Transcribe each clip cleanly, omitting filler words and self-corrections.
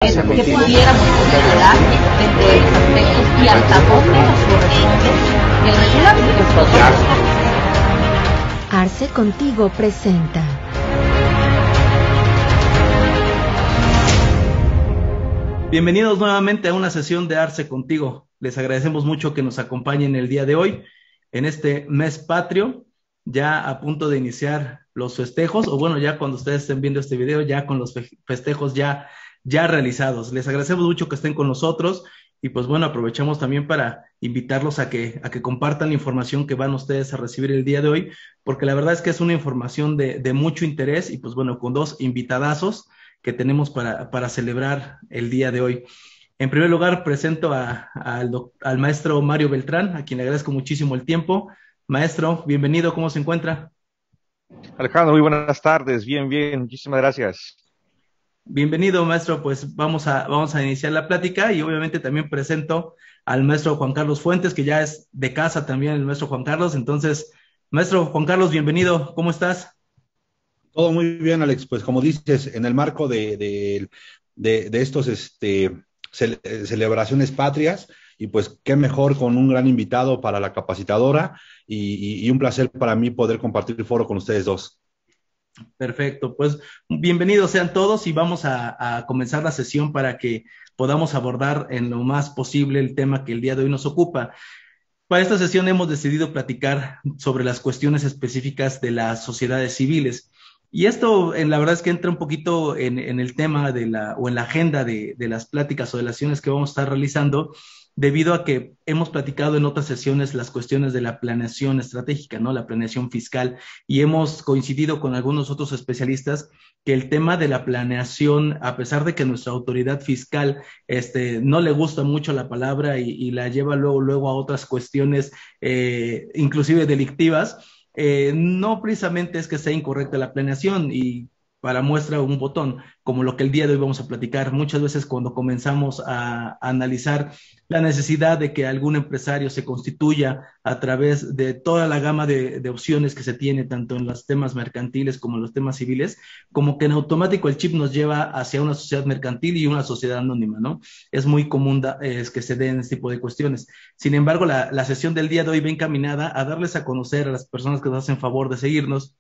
que pudiéramos considerar entre los aspectos y hasta dónde nos corresponde el regular nuestros datos. Arce Contigo presenta. Bienvenidos nuevamente a una sesión de Arce Contigo. Les agradecemos mucho que nos acompañen el día de hoy, en este mes patrio, ya a punto de iniciar los festejos, o bueno, ya cuando ustedes estén viendo este video, ya con los festejos ya realizados. Les agradecemos mucho que estén con nosotros y pues bueno, aprovechamos también para invitarlos a que compartan la información que van ustedes a recibir el día de hoy, porque la verdad es que es una información de mucho interés y pues bueno, con dos invitadazos que tenemos para celebrar el día de hoy. En primer lugar, presento al maestro Mario Beltrán, a quien le agradezco muchísimo el tiempo. Maestro, bienvenido, ¿cómo se encuentra? Alejandro, muy buenas tardes, bien, muchísimas gracias. Bienvenido, maestro, pues vamos a iniciar la plática y obviamente también presento al maestro Juan Carlos Fuentes, que ya es de casa también el maestro Juan Carlos. Entonces, maestro Juan Carlos, bienvenido, ¿cómo estás? Todo muy bien, Alex. Pues como dices, en el marco de estos celebraciones patrias, y pues qué mejor con un gran invitado para la capacitadora y un placer para mí poder compartir el foro con ustedes dos. Perfecto, pues bienvenidos sean todos y vamos a comenzar la sesión para que podamos abordar en lo más posible el tema que el día de hoy nos ocupa. Para esta sesión hemos decidido platicar sobre las cuestiones específicas de las sociedades civiles. Y esto, la verdad es que entra un poquito en el tema o en la agenda de las pláticas o de las sesiones que vamos a estar realizando, debido a que hemos platicado en otras sesiones las cuestiones de la planeación estratégica, ¿no? La planeación fiscal, y hemos coincidido con algunos otros especialistas que el tema de la planeación, a pesar de que nuestra autoridad fiscal no le gusta mucho la palabra y la lleva luego a otras cuestiones, inclusive delictivas, no precisamente es que sea incorrecta la planeación y para muestra un botón, como lo que el día de hoy vamos a platicar. Muchas veces cuando comenzamos a analizar la necesidad de que algún empresario se constituya a través de toda la gama de opciones que se tiene, tanto en los temas mercantiles como en los temas civiles, como que en automático el chip nos lleva hacia una sociedad mercantil y una sociedad anónima, ¿no? Es muy común es que se den este tipo de cuestiones. Sin embargo, la sesión del día de hoy va encaminada a darles a conocer a las personas que nos hacen favor de seguirnos,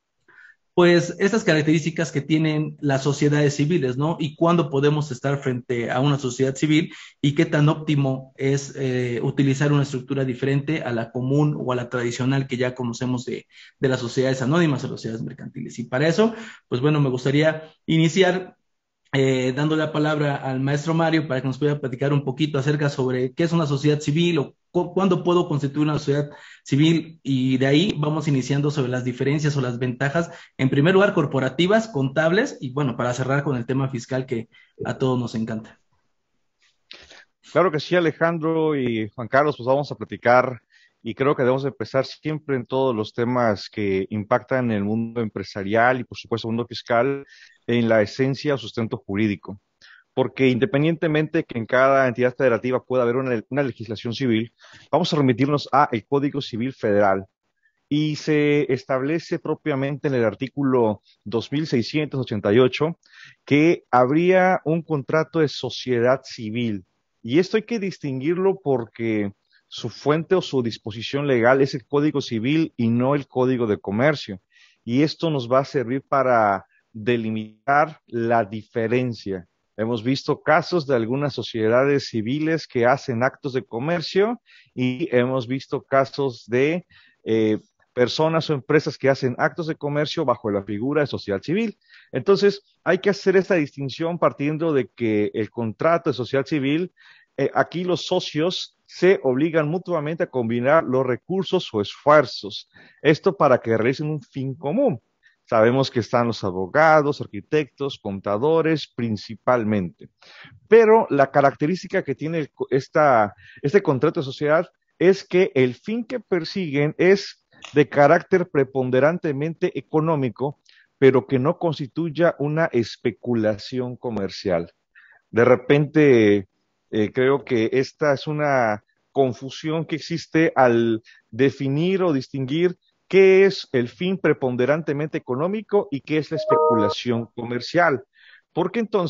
pues estas características que tienen las sociedades civiles, ¿no? Y cuándo podemos estar frente a una sociedad civil y qué tan óptimo es utilizar una estructura diferente a la común o a la tradicional que ya conocemos de las sociedades anónimas o las sociedades mercantiles. Y para eso, pues bueno, me gustaría iniciar dando la palabra al maestro Mario para que nos pueda platicar un poquito acerca sobre qué es una sociedad civil o cuándo puedo constituir una sociedad civil, y de ahí vamos iniciando sobre las diferencias o las ventajas, en primer lugar corporativas, contables y bueno, para cerrar con el tema fiscal que a todos nos encanta. Claro que sí, Alejandro y Juan Carlos, pues vamos a platicar y creo que debemos empezar siempre en todos los temas que impactan en el mundo empresarial y por supuesto el mundo fiscal, en la esencia o sustento jurídico. Porque independientemente que en cada entidad federativa pueda haber una legislación civil, vamos a remitirnos a el Código Civil Federal y se establece propiamente en el artículo 2688 que habría un contrato de sociedad civil. Y esto hay que distinguirlo porque su fuente o su disposición legal es el Código Civil y no el Código de Comercio. Y esto nos va a servir para delimitar la diferencia. Hemos visto casos de algunas sociedades civiles que hacen actos de comercio y hemos visto casos de personas o empresas que hacen actos de comercio bajo la figura de sociedad civil. Entonces, hay que hacer esta distinción partiendo de que el contrato de sociedad civil, aquí los socios se obligan mutuamente a combinar los recursos o esfuerzos. Esto para que realicen un fin común. Sabemos que están los abogados, arquitectos, contadores, principalmente. Pero la característica que tiene este contrato de sociedad es que el fin que persiguen es de carácter preponderantemente económico, pero que no constituya una especulación comercial. De repente, creo que esta es una confusión que existe al definir o distinguir qué es el fin preponderantemente económico y qué es la especulación comercial. Porque entonces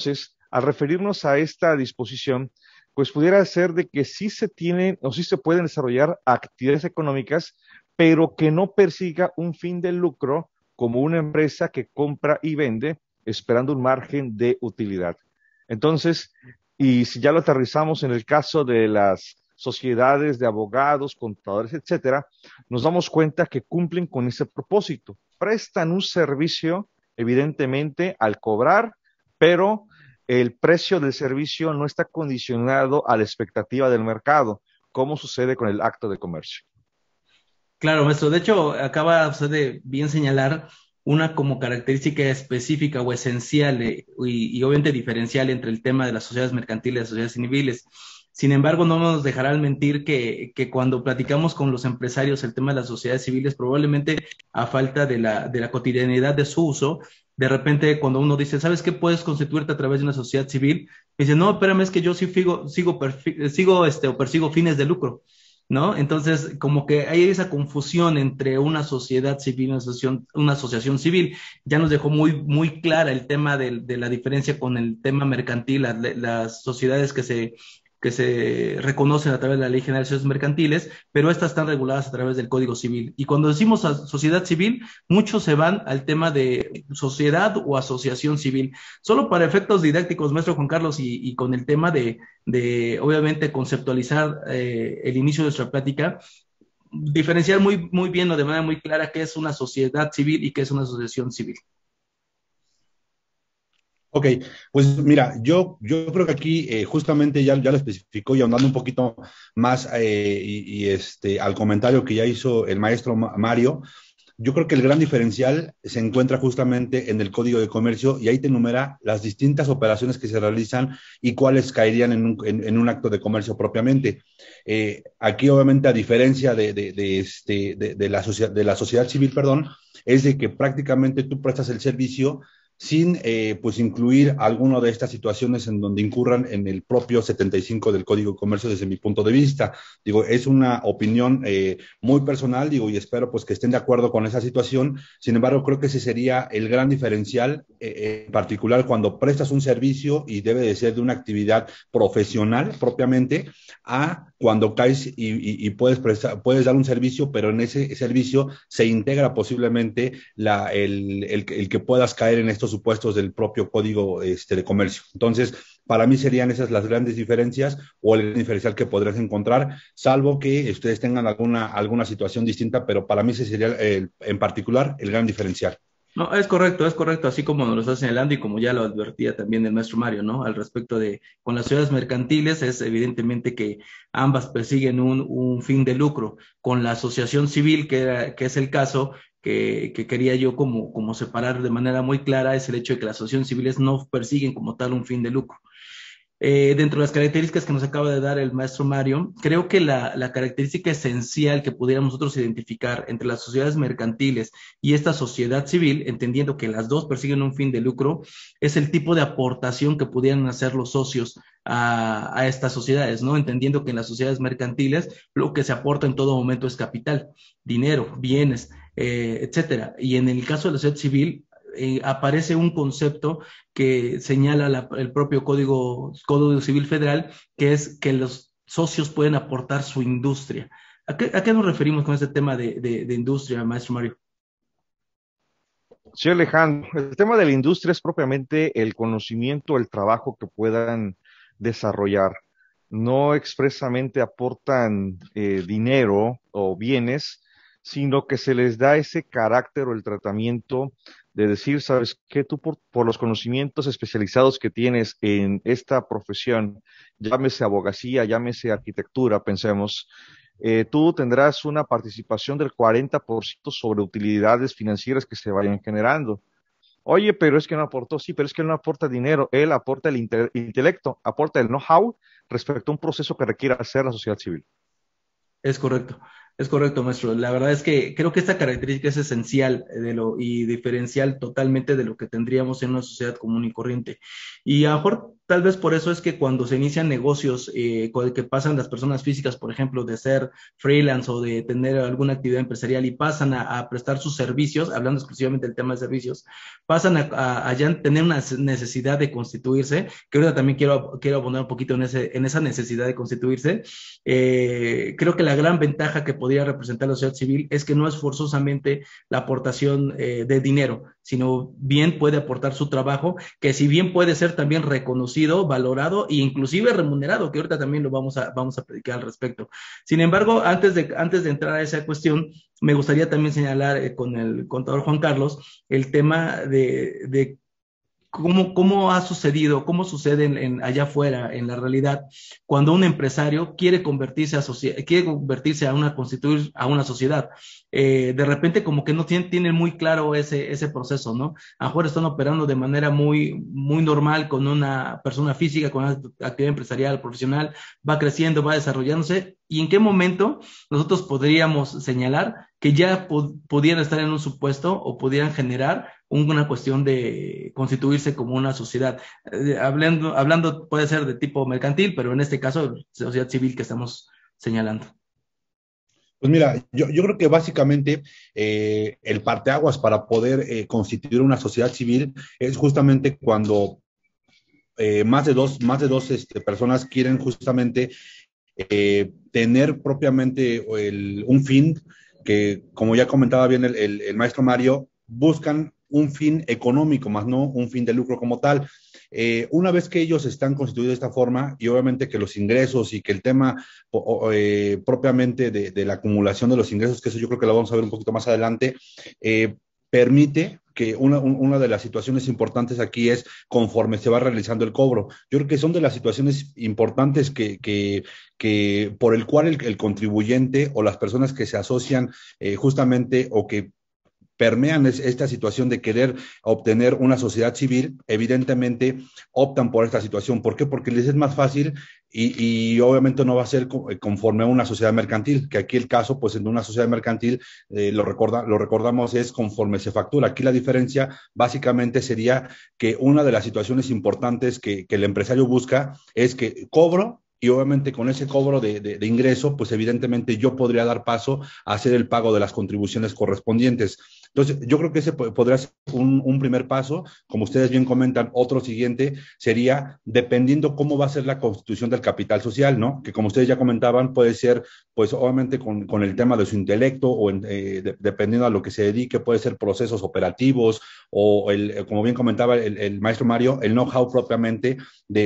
al referirnos a esta disposición, pues pudiera ser de que sí se tienen o sí se pueden desarrollar actividades económicas, pero que no persiga un fin de lucro como una empresa que compra y vende esperando un margen de utilidad. Entonces, y si ya lo aterrizamos en el caso de las sociedades de abogados, contadores, etcétera, nos damos cuenta que cumplen con ese propósito. Prestan un servicio, evidentemente, al cobrar, pero el precio del servicio no está condicionado a la expectativa del mercado, como sucede con el acto de comercio. Claro, maestro. De hecho, acaba usted de bien señalar una como característica específica o esencial y obviamente diferencial entre el tema de las sociedades mercantiles y las sociedades civiles. Sin embargo, no nos dejarán mentir que cuando platicamos con los empresarios el tema de las sociedades civiles, probablemente a falta de la cotidianidad de su uso, de repente cuando uno dice, ¿sabes qué? Puedes constituirte a través de una sociedad civil, me dice, no, espérame, es que yo sí o persigo fines de lucro. ¿No? Entonces, como que hay esa confusión entre una sociedad civil y una asociación civil. Ya nos dejó muy clara el tema de la diferencia con el tema mercantil, las sociedades que se reconocen a través de la Ley General de Sociedades Mercantiles, pero estas están reguladas a través del Código Civil. Y cuando decimos sociedad civil, muchos se van al tema de sociedad o asociación civil. Solo para efectos didácticos, maestro Juan Carlos, y con el tema de obviamente conceptualizar el inicio de nuestra plática, diferenciar muy bien o de manera muy clara qué es una sociedad civil y qué es una asociación civil. Ok, pues mira, yo creo que aquí justamente ya lo especificó y ahondando un poquito más al comentario que ya hizo el maestro Mario. Yo creo que el gran diferencial se encuentra justamente en el Código de Comercio y ahí te enumera las distintas operaciones que se realizan y cuáles caerían en un acto de comercio propiamente. Aquí, obviamente, a diferencia de la sociedad civil, perdón, es de que prácticamente tú prestas el servicio sin pues incluir alguna de estas situaciones en donde incurran en el propio 75 del Código de Comercio desde mi punto de vista. Digo, es una opinión muy personal, digo, y espero pues que estén de acuerdo con esa situación. Sin embargo, creo que ese sería el gran diferencial, en particular cuando prestas un servicio y debe de ser de una actividad profesional propiamente, a cuando caes y puedes dar un servicio, pero en ese servicio se integra posiblemente el que puedas caer en estos supuestos del propio código de comercio. Entonces, para mí serían esas las grandes diferencias o el diferencial que podrás encontrar, salvo que ustedes tengan alguna situación distinta, pero para mí ese sería en particular el gran diferencial. No, es correcto, así como nos lo está señalando y como ya lo advertía también el maestro Mario, ¿no? Al respecto de, con las sociedades mercantiles, es evidentemente que ambas persiguen un fin de lucro. Con la asociación civil, que es el caso que quería yo como separar de manera muy clara, es el hecho de que las asociaciones civiles no persiguen como tal un fin de lucro. Dentro de las características que nos acaba de dar el maestro Mario, creo que la característica esencial que pudiéramos nosotros identificar entre las sociedades mercantiles y esta sociedad civil, entendiendo que las dos persiguen un fin de lucro, es el tipo de aportación que pudieran hacer los socios a estas sociedades, ¿no? Entendiendo que en las sociedades mercantiles lo que se aporta en todo momento es capital, dinero, bienes, etcétera. Y en el caso de la sociedad civil, aparece un concepto que señala el propio Código Civil Federal, que es que los socios pueden aportar su industria. ¿A qué nos referimos con este tema de industria, maestro Mario? Sí, Alejandro, el tema de la industria es propiamente el conocimiento, el trabajo que puedan desarrollar. No expresamente aportan dinero o bienes, sino que se les da ese carácter o el tratamiento de decir, sabes que tú por los conocimientos especializados que tienes en esta profesión, llámese abogacía, llámese arquitectura, pensemos, tú tendrás una participación del 40% sobre utilidades financieras que se vayan generando. Oye, pero es que no aportó, sí, pero es que él no aporta dinero, él aporta el intelecto, aporta el know-how respecto a un proceso que requiera hacer la sociedad civil. Es correcto, maestro. La verdad es que creo que esta característica es esencial y diferencial totalmente de lo que tendríamos en una sociedad común y corriente. Y a lo mejor tal vez por eso es que cuando se inician negocios, que pasan las personas físicas, por ejemplo, de ser freelance o de tener alguna actividad empresarial y pasan a prestar sus servicios, hablando exclusivamente del tema de servicios, pasan a ya tener una necesidad de constituirse, que ahorita también quiero abonar un poquito en esa necesidad de constituirse. Creo que la gran ventaja que podría representar la sociedad civil es que no es forzosamente la aportación de dinero, sino bien puede aportar su trabajo, que si bien puede ser también reconocido, valorado e inclusive remunerado, que ahorita también lo vamos a predicar al respecto. Sin embargo, antes de entrar a esa cuestión, me gustaría también señalar con el contador Juan Carlos el tema de cómo ha sucedido, cómo sucede allá afuera, en la realidad, cuando un empresario quiere constituir a una sociedad. De repente como que no tienen muy claro ese proceso, ¿no? A lo mejor están operando de manera muy, muy normal con una persona física, con una actividad empresarial, profesional, va creciendo, va desarrollándose, y en qué momento nosotros podríamos señalar que ya pudieran estar en un supuesto o pudieran generar una cuestión de constituirse como una sociedad. Hablando puede ser de tipo mercantil, pero en este caso, sociedad civil que estamos señalando. Pues mira, yo creo que básicamente el parteaguas para poder constituir una sociedad civil es justamente cuando más de dos personas quieren justamente tener propiamente un fin que, como ya comentaba bien el maestro Mario, buscan un fin económico, más no un fin de lucro como tal. Una vez que ellos están constituidos de esta forma, y obviamente que los ingresos y que el tema propiamente de la acumulación de los ingresos, que eso yo creo que lo vamos a ver un poquito más adelante, permite que una de las situaciones importantes aquí es conforme se va realizando el cobro. Yo creo que son de las situaciones importantes que por el cual el contribuyente o las personas que se asocian justamente o que permean esta situación de querer obtener una sociedad civil, evidentemente optan por esta situación. ¿Por qué? Porque les es más fácil y obviamente no va a ser conforme a una sociedad mercantil, que aquí el caso, pues en una sociedad mercantil, lo recordamos, es conforme se factura. Aquí la diferencia básicamente sería que una de las situaciones importantes que el empresario busca es que cobro, y obviamente con ese cobro de ingreso, pues evidentemente yo podría dar paso a hacer el pago de las contribuciones correspondientes. Entonces, yo creo que ese podría ser un primer paso. Como ustedes bien comentan, otro siguiente sería dependiendo cómo va a ser la constitución del capital social, ¿no? Que como ustedes ya comentaban, puede ser, pues obviamente con el tema de su intelecto o dependiendo a lo que se dedique, puede ser procesos operativos o, como bien comentaba el maestro Mario, el know-how propiamente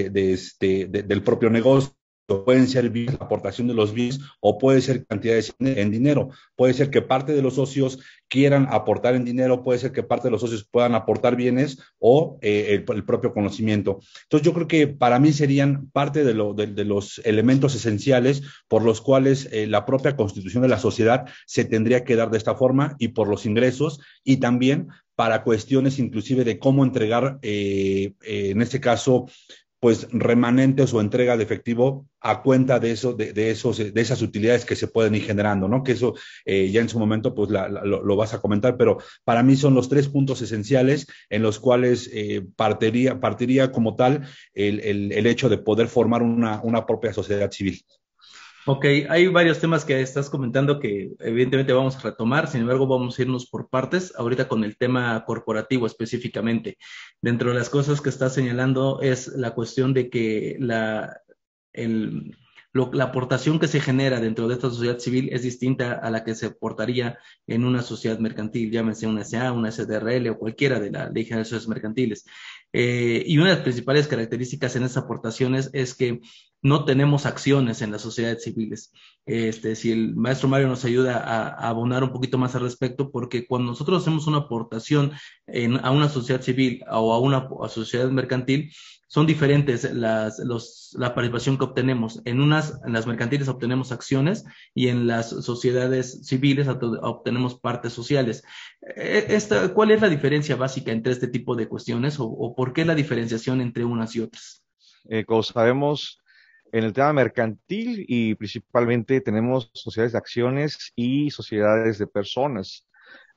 del propio negocio. Pueden ser bienes, la aportación de los bienes, o puede ser cantidades en dinero. Puede ser que parte de los socios quieran aportar en dinero, puede ser que parte de los socios puedan aportar bienes o el propio conocimiento. Entonces yo creo que para mí serían parte de los elementos esenciales por los cuales la propia constitución de la sociedad se tendría que dar de esta forma, y por los ingresos, y también para cuestiones inclusive de cómo entregar, en este caso, pues remanentes o entrega de efectivo a cuenta de esas utilidades que se pueden ir generando, ¿no? Que eso ya en su momento pues lo vas a comentar, pero para mí son los tres puntos esenciales en los cuales partiría como tal el hecho de poder formar una propia sociedad civil. Ok, hay varios temas que estás comentando que evidentemente vamos a retomar, sin embargo vamos a irnos por partes, ahorita con el tema corporativo específicamente. Dentro de las cosas que estás señalando es la cuestión de que la aportación que se genera dentro de esta sociedad civil es distinta a la que se aportaría en una sociedad mercantil, llámese una SA, una SDRL o cualquiera de la ley general de sociedades mercantiles. Y una de las principales características en esas aportaciones es que no tenemos acciones en las sociedades civiles. Si el maestro Mario nos ayuda a abonar un poquito más al respecto, porque cuando nosotros hacemos una aportación a una sociedad civil o a una sociedad mercantil, son diferentes la participación que obtenemos. En las mercantiles obtenemos acciones y en las sociedades civiles obtenemos partes sociales. ¿Cuál es la diferencia básica entre este tipo de cuestiones o por qué la diferenciación entre unas y otras? Como sabemos, en el tema mercantil y principalmente tenemos sociedades de acciones y sociedades de personas.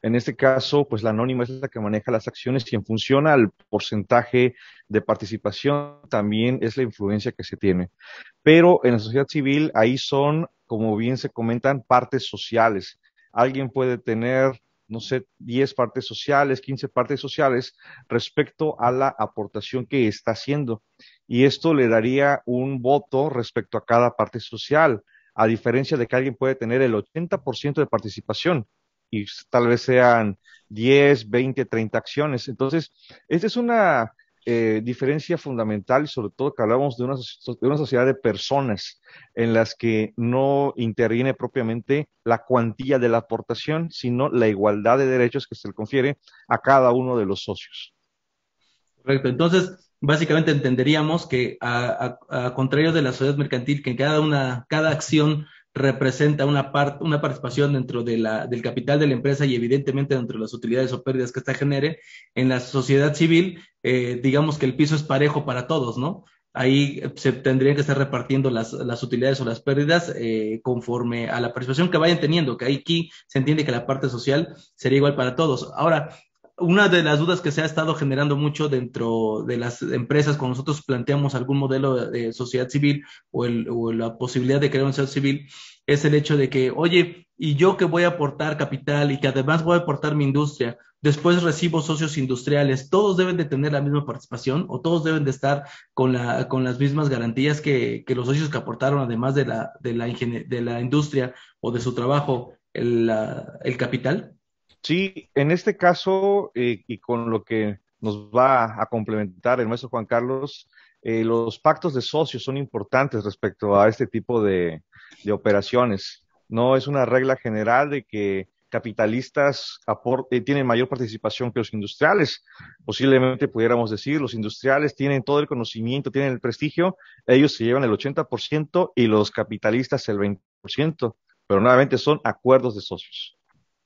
En este caso, pues la anónima es la que maneja las acciones y en función al porcentaje de participación también es la influencia que se tiene. Pero en la sociedad civil ahí son, como bien se comentan, partes sociales. Alguien puede tener, no sé, 10 partes sociales, 15 partes sociales respecto a la aportación que está haciendo. Y esto le daría un voto respecto a cada parte social, a diferencia de que alguien puede tener el 80% de participación y tal vez sean 10, 20, 30 acciones. Entonces, esta es una diferencia fundamental y sobre todo que hablamos de una sociedad de personas en las que no interviene propiamente la cuantía de la aportación, sino la igualdad de derechos que se le confiere a cada uno de los socios. Correcto. Entonces, básicamente entenderíamos que a contrario de la sociedad mercantil, que cada acción representa una participación dentro del capital de la empresa y evidentemente dentro de las utilidades o pérdidas que ésta genere, en la sociedad civil, digamos que el piso es parejo para todos, ¿no? Ahí se tendrían que estar repartiendo las utilidades o las pérdidas conforme a la participación que vayan teniendo, que aquí se entiende que la parte social sería igual para todos. Ahora, una de las dudas que se ha estado generando mucho dentro de las empresas cuando nosotros planteamos algún modelo de sociedad civil o la posibilidad de crear una sociedad civil es el hecho de que, oye, y yo que voy a aportar capital y que además voy a aportar mi industria, después recibo socios industriales, ¿todos deben de tener la misma participación o todos deben de estar con las mismas garantías que los socios que aportaron, además de la industria o de su trabajo, el capital? Sí, en este caso, y con lo que nos va a complementar el maestro Juan Carlos, los pactos de socios son importantes respecto a este tipo de operaciones. No es una regla general de que capitalistas tienen mayor participación que los industriales. Posiblemente pudiéramos decir, los industriales tienen todo el conocimiento, tienen el prestigio, ellos se llevan el 80% y los capitalistas el 20%, pero nuevamente son acuerdos de socios.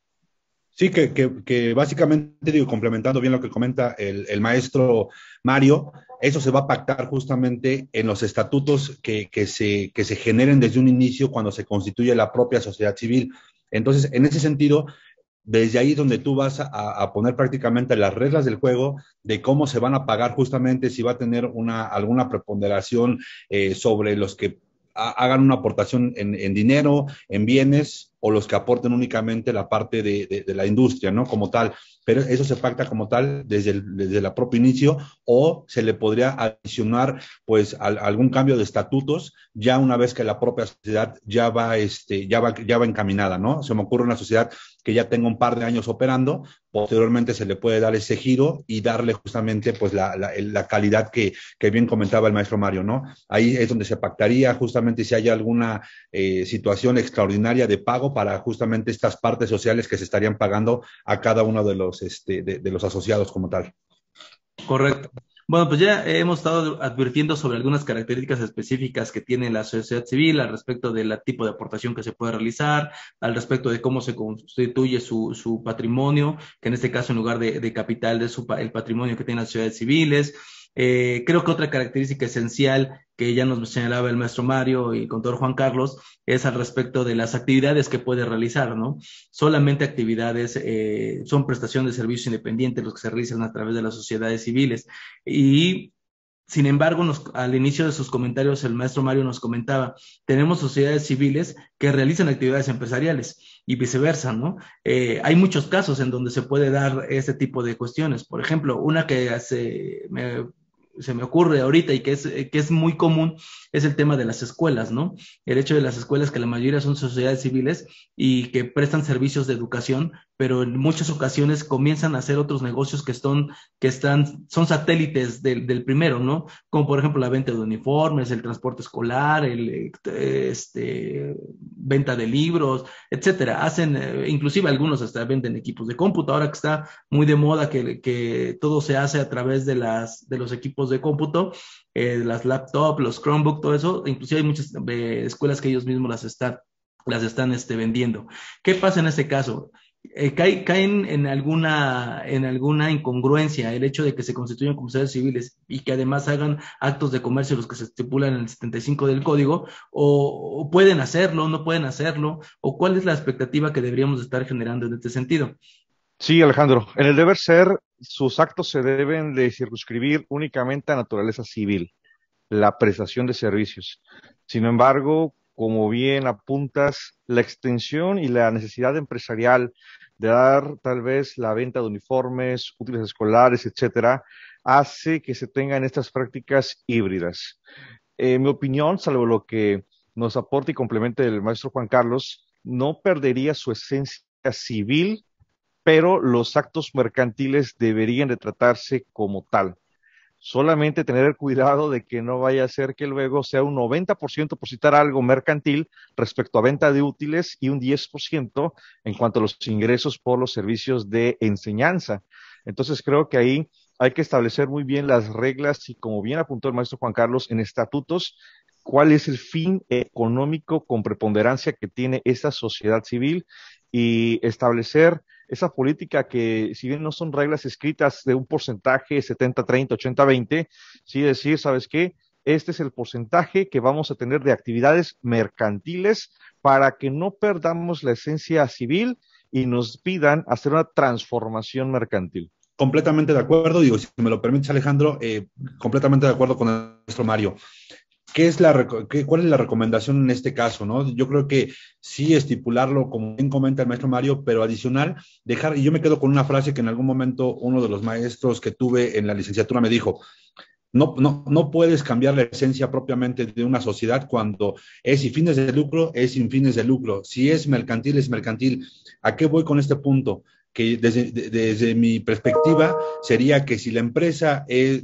Sí, que básicamente, digo, complementando bien lo que comenta el maestro Mario, eso se va a pactar justamente en los estatutos que se generen desde un inicio cuando se constituye la propia sociedad civil. Entonces, en ese sentido, desde ahí es donde tú vas a poner prácticamente las reglas del juego de cómo se van a pagar justamente, si va a tener alguna preponderación sobre los que hagan una aportación en dinero, en bienes, o los que aporten únicamente la parte de la industria, ¿no? Como tal. Pero eso se pacta como tal desde el propio inicio, o se le podría adicionar, pues, algún cambio de estatutos, ya una vez que la propia sociedad ya va encaminada, ¿no? Se me ocurre una sociedad que ya tenga un par de años operando, posteriormente se le puede dar ese giro y darle justamente, pues, la calidad que bien comentaba el maestro Mario, ¿no? Ahí es donde se pactaría justamente si hay alguna situación extraordinaria de pago para justamente estas partes sociales que se estarían pagando a cada uno de los asociados como tal. Correcto. Bueno, pues ya hemos estado advirtiendo sobre algunas características específicas que tiene la sociedad civil al respecto del tipo de aportación que se puede realizar, al respecto de cómo se constituye su patrimonio, que en este caso en lugar de capital es el patrimonio que tienen las sociedades civiles. Creo que otra característica esencial que ya nos señalaba el maestro Mario y el contador Juan Carlos es al respecto de las actividades que puede realizar, ¿no? Solamente actividades, son prestaciones de servicios independientes los que se realizan a través de las sociedades civiles. Y sin embargo, al inicio de sus comentarios, el maestro Mario nos comentaba, tenemos sociedades civiles que realizan actividades empresariales y viceversa, ¿no? Hay muchos casos en donde se puede dar este tipo de cuestiones. Por ejemplo, una que se me ocurre ahorita y que es muy común es el tema de las escuelas, ¿no? El hecho de las escuelas que la mayoría son sociedades civiles y que prestan servicios de educación, pero en muchas ocasiones comienzan a hacer otros negocios son satélites del primero, ¿no? Como por ejemplo la venta de uniformes, el transporte escolar, venta de libros, etcétera. Inclusive algunos hasta venden equipos de cómputo, ahora que está muy de moda que todo se hace a través de los equipos de cómputo, las laptops, los Chromebook, todo eso. Inclusive hay muchas escuelas que ellos mismos las están vendiendo. ¿Qué pasa en este caso? Caen en alguna incongruencia el hecho de que se constituyan como sociedades civiles y que además hagan actos de comercio los que se estipulan en el 75 del código, o pueden hacerlo, no pueden hacerlo, o cuál es la expectativa que deberíamos estar generando en este sentido. Sí, Alejandro, en el deber ser, sus actos se deben de circunscribir únicamente a naturaleza civil, la prestación de servicios. Sin embargo, como bien apuntas, la extensión y la necesidad empresarial de dar tal vez la venta de uniformes, útiles escolares, etcétera, hace que se tengan estas prácticas híbridas. En mi opinión, salvo lo que nos aporte y complemente el maestro Juan Carlos, no perdería su esencia civil, pero los actos mercantiles deberían de tratarse como tal. Solamente tener cuidado de que no vaya a ser que luego sea un 90% por citar algo mercantil respecto a venta de útiles y un 10% en cuanto a los ingresos por los servicios de enseñanza. Entonces creo que ahí hay que establecer muy bien las reglas y, como bien apuntó el maestro Juan Carlos, en estatutos, cuál es el fin económico con preponderancia que tiene esta sociedad civil y establecer esa política que, si bien no son reglas escritas de un porcentaje 70-30, 80-20, sí decir, ¿sabes qué? Este es el porcentaje que vamos a tener de actividades mercantiles para que no perdamos la esencia civil y nos pidan hacer una transformación mercantil. Completamente de acuerdo, digo, si me lo permites, Alejandro, completamente de acuerdo con el maestro Mario. ¿Cuál es la recomendación en este caso, no? Yo creo que sí estipularlo, como bien comenta el maestro Mario, pero adicional, y yo me quedo con una frase que en algún momento uno de los maestros que tuve en la licenciatura me dijo: no puedes cambiar la esencia propiamente de una sociedad cuando es sin fines de lucro, es sin fines de lucro. Si es mercantil, es mercantil. ¿A qué voy con este punto? Que desde mi perspectiva sería que si la empresa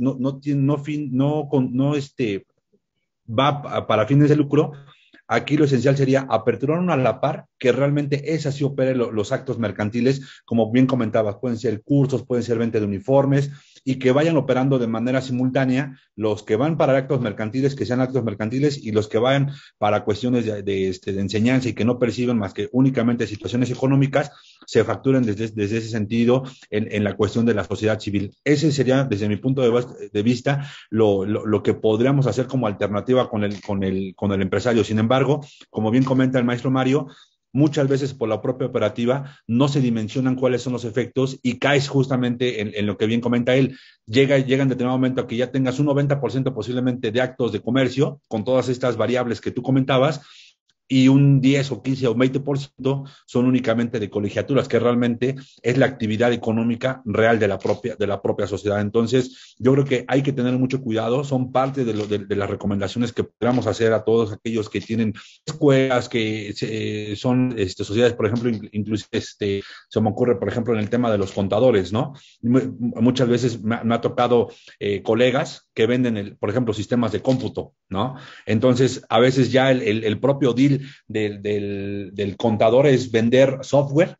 va para fines de lucro, aquí lo esencial sería aperturar una a la par, que realmente esa sí opere los actos mercantiles, como bien comentabas, pueden ser cursos, pueden ser venta de uniformes, y que vayan operando de manera simultánea los que van para actos mercantiles, que sean actos mercantiles, y los que vayan para cuestiones de enseñanza y que no perciben más que únicamente situaciones económicas, se facturen desde ese sentido en la cuestión de la sociedad civil. Ese sería, desde mi punto de vista, lo que podríamos hacer como alternativa con el empresario. Sin embargo, como bien comenta el maestro Mario, muchas veces por la propia operativa no se dimensionan cuáles son los efectos y caes justamente en lo que bien comenta él. Llega en determinado momento a que ya tengas un 90% posiblemente de actos de comercio con todas estas variables que tú comentabas, y un 10 o 15 o 20% son únicamente de colegiaturas, que realmente es la actividad económica real de la propia sociedad. Entonces, yo creo que hay que tener mucho cuidado, son parte de las recomendaciones que podamos hacer a todos aquellos que tienen escuelas, que son sociedades, por ejemplo, incluso se me ocurre, por ejemplo, en el tema de los contadores, ¿no? Muchas veces me ha tocado colegas que venden, por ejemplo, sistemas de cómputo, ¿no? Entonces, a veces ya el propio deal del contador es vender software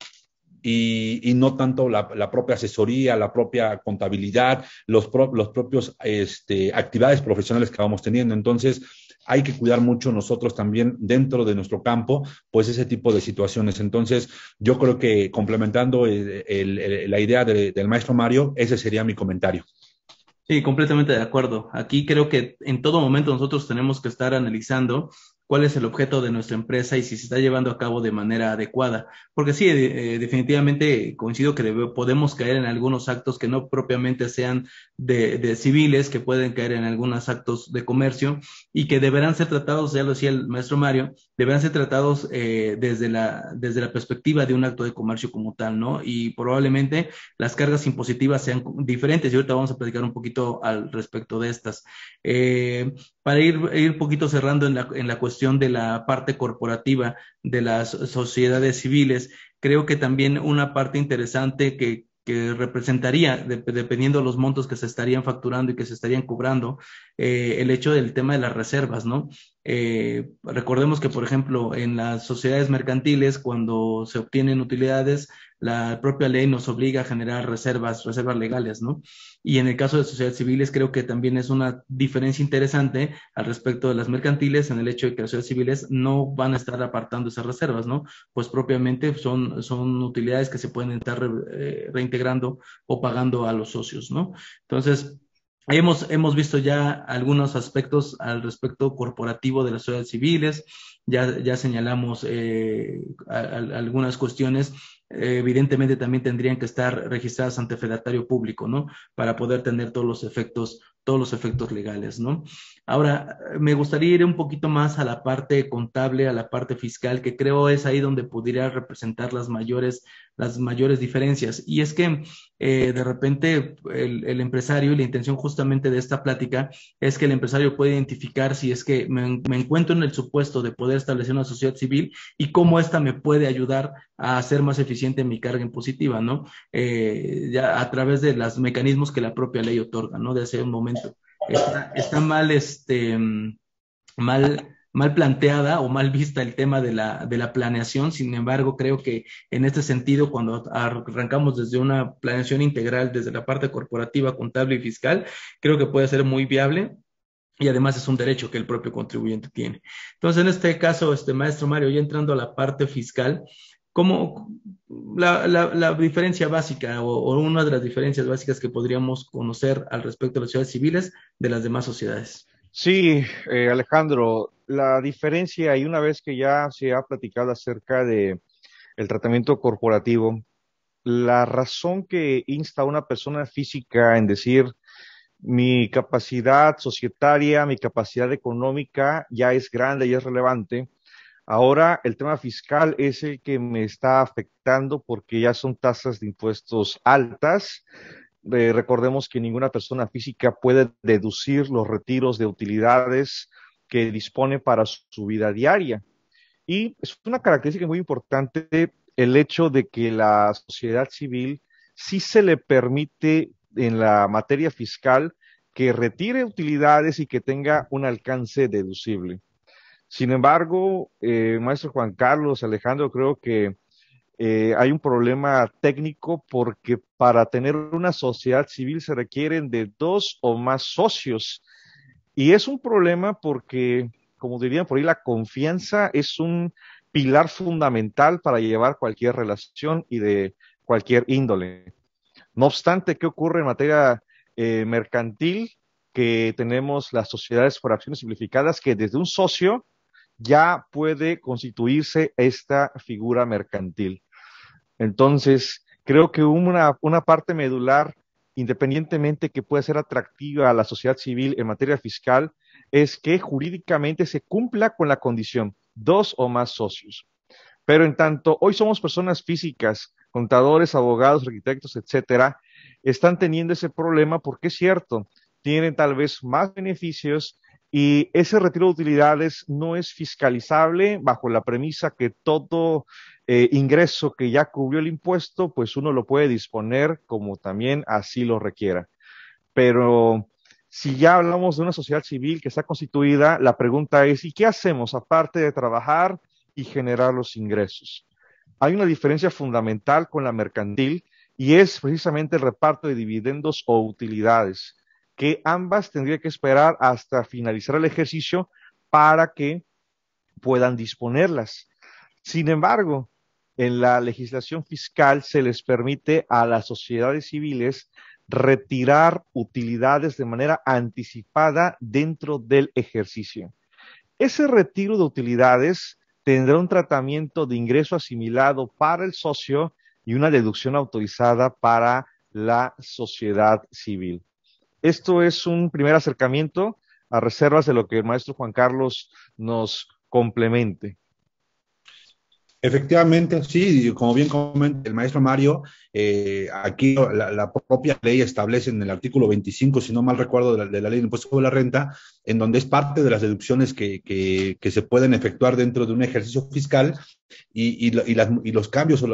y no tanto la propia asesoría, la propia contabilidad, los propios actividades profesionales que vamos teniendo. Entonces, hay que cuidar mucho nosotros también dentro de nuestro campo, pues ese tipo de situaciones. Entonces, yo creo que complementando la idea del maestro Mario, ese sería mi comentario. Sí, completamente de acuerdo. Aquí creo que en todo momento nosotros tenemos que estar analizando cuál es el objeto de nuestra empresa y si se está llevando a cabo de manera adecuada. Porque sí, definitivamente coincido que podemos caer en algunos actos que no propiamente sean de civiles, que pueden caer en algunos actos de comercio y que deberán ser tratados, ya lo decía el maestro Mario, deberán ser tratados desde la perspectiva de un acto de comercio como tal, ¿no? Y probablemente las cargas impositivas sean diferentes y ahorita vamos a platicar un poquito al respecto de estas. Para ir un poquito cerrando en la cuestión de la parte corporativa de las sociedades civiles, creo que también una parte interesante que representaría, dependiendo de los montos que se estarían facturando y que se estarían cobrando, el hecho del tema de las reservas, ¿no? Recordemos que, por ejemplo, en las sociedades mercantiles, cuando se obtienen utilidades, la propia ley nos obliga a generar reservas legales, ¿no? Y en el caso de sociedades civiles, creo que también es una diferencia interesante al respecto de las mercantiles, en el hecho de que las sociedades civiles no van a estar apartando esas reservas, ¿no? Pues propiamente son utilidades que se pueden estar reintegrando o pagando a los socios, ¿no? Entonces, hemos visto ya algunos aspectos al respecto corporativo de las sociedades civiles, ya señalamos algunas cuestiones evidentemente también tendrían que estar registradas ante fedatario público, ¿no? Para poder tener todos los efectos legales, ¿no? Ahora, me gustaría ir un poquito más a la parte contable, a la parte fiscal, que creo es ahí donde pudiera representar las mayores diferencias. Y es que de repente el empresario, y la intención justamente de esta plática, es que el empresario puede identificar si es que me encuentro en el supuesto de poder establecer una sociedad civil y cómo ésta me puede ayudar a ser más eficiente en mi carga impositiva, ¿no? Ya a través de los mecanismos que la propia ley otorga, ¿no? De hace un momento. Está mal planteada o mal vista el tema de la planeación. Sin embargo, creo que en este sentido, cuando arrancamos desde una planeación integral, desde la parte corporativa, contable y fiscal, creo que puede ser muy viable. Y además es un derecho que el propio contribuyente tiene. Entonces, en este caso, maestro Mario, ya entrando a la parte fiscal, ¿cómo la diferencia básica o una de las diferencias básicas que podríamos conocer al respecto de las sociedades civiles de las demás sociedades? Sí, Alejandro, la diferencia, y una vez que ya se ha platicado acerca de el tratamiento corporativo, la razón que insta a una persona física en decir mi capacidad societaria, mi capacidad económica ya es grande, ya es relevante. Ahora el tema fiscal es el que me está afectando porque ya son tasas de impuestos altas. Recordemos que ninguna persona física puede deducir los retiros de utilidades que dispone para su vida diaria. Y es una característica muy importante el hecho de que la sociedad civil sí se le permite en la materia fiscal que retire utilidades y que tenga un alcance deducible. Sin embargo, maestro Juan Carlos, Alejandro, creo que hay un problema técnico porque para tener una sociedad civil se requieren de 2 o más socios. Y es un problema porque, como dirían por ahí, la confianza es un pilar fundamental para llevar cualquier relación y de cualquier índole. No obstante, ¿qué ocurre en materia mercantil? Que tenemos las sociedades por acciones simplificadas, que desde un socio ya puede constituirse esta figura mercantil. Entonces, creo que una parte medular, independientemente que pueda ser atractiva a la sociedad civil en materia fiscal, es que jurídicamente se cumpla con la condición 2 o más socios. Pero en tanto hoy somos personas físicas, contadores, abogados, arquitectos, etcétera, están teniendo ese problema porque es cierto, tienen tal vez más beneficios y ese retiro de utilidades no es fiscalizable bajo la premisa que todo ingreso que ya cubrió el impuesto, pues uno lo puede disponer como también así lo requiera. Pero si ya hablamos de una sociedad civil que está constituida, la pregunta es, ¿y qué hacemos aparte de trabajar y generar los ingresos? Hay una diferencia fundamental con la mercantil y es precisamente el reparto de dividendos o utilidades, que ambas tendrían que esperar hasta finalizar el ejercicio para que puedan disponerlas. Sin embargo, en la legislación fiscal se les permite a las sociedades civiles retirar utilidades de manera anticipada dentro del ejercicio. Ese retiro de utilidades tendrá un tratamiento de ingreso asimilado para el socio y una deducción autorizada para la sociedad civil. Esto es un primer acercamiento a reservas de lo que el maestro Juan Carlos nos complemente. Efectivamente, sí, como bien comenta el maestro Mario, aquí la propia ley establece en el artículo 25, si no mal recuerdo, de la ley de impuesto sobre la renta, en donde es parte de las deducciones que se pueden efectuar dentro de un ejercicio fiscal y los cambios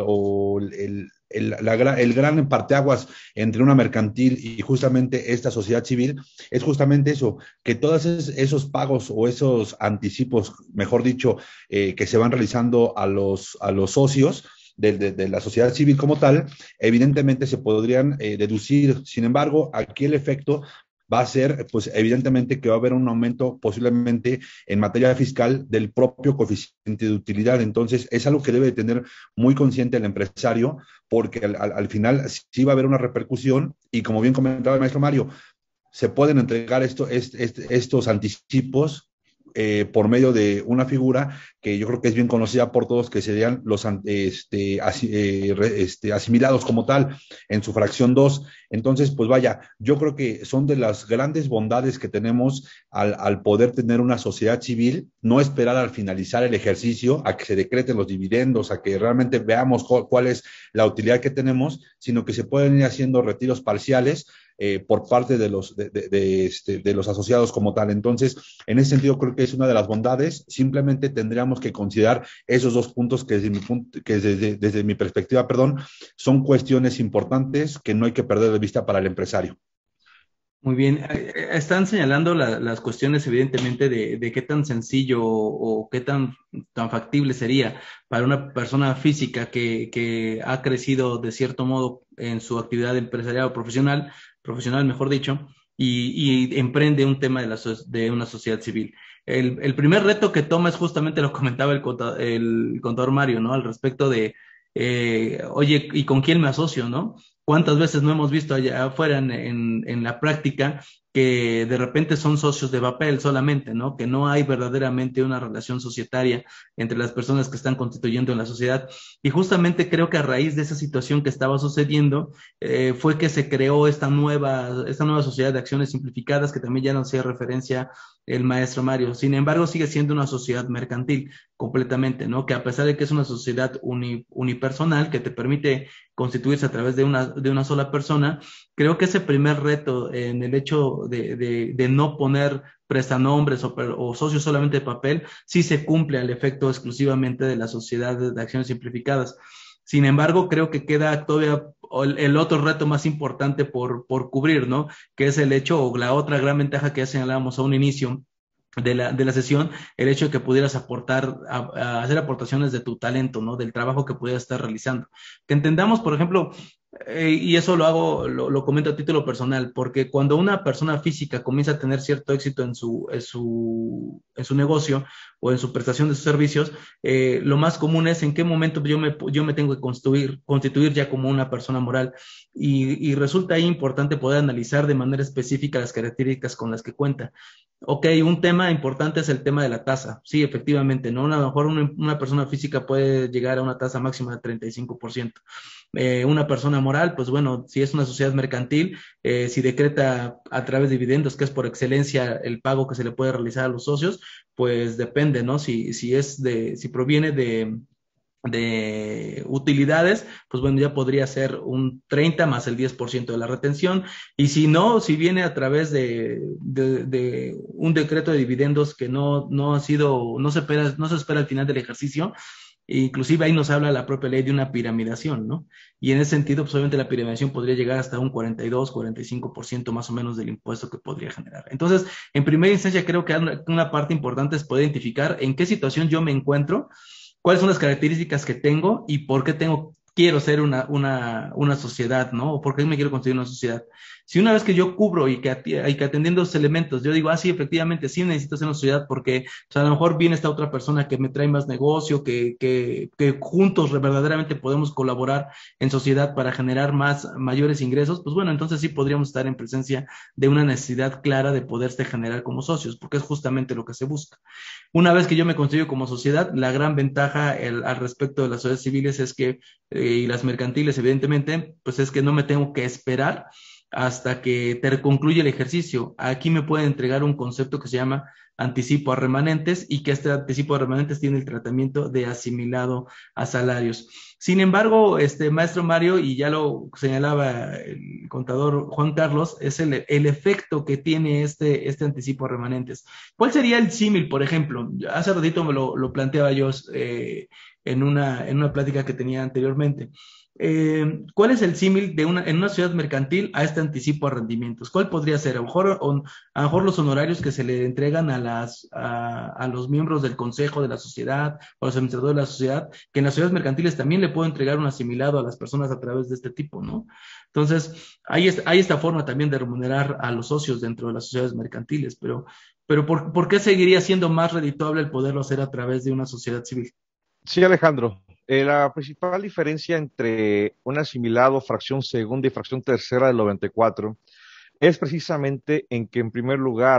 el gran parteaguas entre una mercantil y justamente esta sociedad civil es justamente eso, que todos esos pagos o esos anticipos, mejor dicho, que se van realizando a los socios de la sociedad civil como tal, evidentemente se podrían deducir. Sin embargo, aquí el efecto va a ser, pues evidentemente que va a haber un aumento posiblemente en materia fiscal del propio coeficiente de utilidad. Entonces, es algo que debe de tener muy consciente el empresario, porque al final sí va a haber una repercusión y como bien comentaba el maestro Mario, se pueden entregar estos anticipos por medio de una figura que yo creo que es bien conocida por todos, que serían los asimilados como tal, en su fracción 2. Entonces, pues vaya, yo creo que son de las grandes bondades que tenemos al poder tener una sociedad civil, no esperar al finalizar el ejercicio a que se decreten los dividendos, a que realmente veamos cuál es la utilidad que tenemos, sino que se pueden ir haciendo retiros parciales por parte de los asociados como tal. Entonces, en ese sentido, creo que es una de las bondades. Simplemente tendríamos que considerar esos dos puntos que desde mi perspectiva, perdón, son cuestiones importantes que no hay que perder de vista para el empresario. Muy bien, están señalando las cuestiones evidentemente de qué tan sencillo o qué tan factible sería para una persona física que ha crecido de cierto modo en su actividad empresarial o profesional mejor dicho, y emprende un tema de una sociedad civil. El primer reto que toma es justamente lo comentaba el contador Mario, ¿no? Al respecto de, oye, ¿y con quién me asocio, no? ¿Cuántas veces no hemos visto allá afuera en la práctica que de repente son socios de papel solamente, ¿no? Que no hay verdaderamente una relación societaria entre las personas que están constituyendo en la sociedad. Y justamente creo que a raíz de esa situación que estaba sucediendo, fue que se creó esta nueva sociedad de acciones simplificadas, que también ya no hacía referencia el maestro Mario. Sin embargo, sigue siendo una sociedad mercantil completamente, ¿no? Que a pesar de que es una sociedad unipersonal que te permite constituirse a través de una sola persona, creo que ese primer reto en el hecho de no poner prestanombres o socios solamente de papel, sí se cumple al efecto exclusivamente de la sociedad de acciones simplificadas. Sin embargo, creo que queda todavía el otro reto más importante por cubrir, ¿no? Que es el hecho o la otra gran ventaja que ya señalábamos a un inicio de la sesión, el hecho de que pudieras a hacer aportaciones de tu talento, ¿no? Del trabajo que pudieras estar realizando. Que entendamos, por ejemplo, y eso lo comento a título personal, porque cuando una persona física comienza a tener cierto éxito en su negocio o en su prestación de sus servicios, lo más común es en qué momento yo me tengo que constituir ya como una persona moral. Y resulta ahí importante poder analizar de manera específica las características con las que cuenta. Ok, un tema importante es el tema de la tasa. Sí, efectivamente, ¿no? A lo mejor una persona física puede llegar a una tasa máxima de 35%. Una persona moral, pues bueno, si es una sociedad mercantil, si decreta a través de dividendos, que es por excelencia el pago que se le puede realizar a los socios, pues depende, ¿no? Si proviene de utilidades, pues bueno, ya podría ser un 30 más el 10% de la retención, y si no, si viene a través de un decreto de dividendos que no se espera al final del ejercicio, inclusive ahí nos habla la propia ley de una piramidación, ¿no? Y en ese sentido, pues obviamente la piramidación podría llegar hasta un 42, 45% más o menos del impuesto que podría generar. Entonces, en primera instancia, creo que una parte importante es poder identificar en qué situación yo me encuentro, cuáles son las características que tengo y por qué quiero ser una sociedad, ¿no? O por qué me quiero construir una sociedad. Si una vez que yo cubro y que atendiendo esos elementos, yo digo, sí, efectivamente, sí necesito ser una sociedad porque, o sea, a lo mejor viene esta otra persona que me trae más negocio, que juntos verdaderamente podemos colaborar en sociedad para generar mayores ingresos, pues bueno, entonces sí podríamos estar en presencia de una necesidad clara de poderse generar como socios, porque es justamente lo que se busca. Una vez que yo me constituyo como sociedad, la gran ventaja al respecto de las sociedades civiles es que, y las mercantiles evidentemente, pues es que no me tengo que esperar hasta que concluye el ejercicio. Aquí me pueden entregar un concepto que se llama anticipo a remanentes, y que este anticipo a remanentes tiene el tratamiento de asimilado a salarios. Sin embargo, maestro Mario, y ya lo señalaba el contador Juan Carlos, es el efecto que tiene este anticipo a remanentes. ¿Cuál sería el símil, por ejemplo? Hace ratito me lo planteaba yo en una plática que tenía anteriormente. ¿Cuál es el símil en una ciudad mercantil a este anticipo a rendimientos? ¿Cuál podría ser? A lo mejor los honorarios que se le entregan a los miembros del consejo de la sociedad o a los administradores de la sociedad, que en las ciudades mercantiles también le puedo entregar un asimilado a las personas a través de este tipo, ¿no? Entonces, hay esta forma también de remunerar a los socios dentro de las sociedades mercantiles, pero ¿por qué seguiría siendo más redituable el poderlo hacer a través de una sociedad civil? Sí, Alejandro. La principal diferencia entre un asimilado fracción segunda y fracción tercera del 94 es precisamente en que, en primer lugar,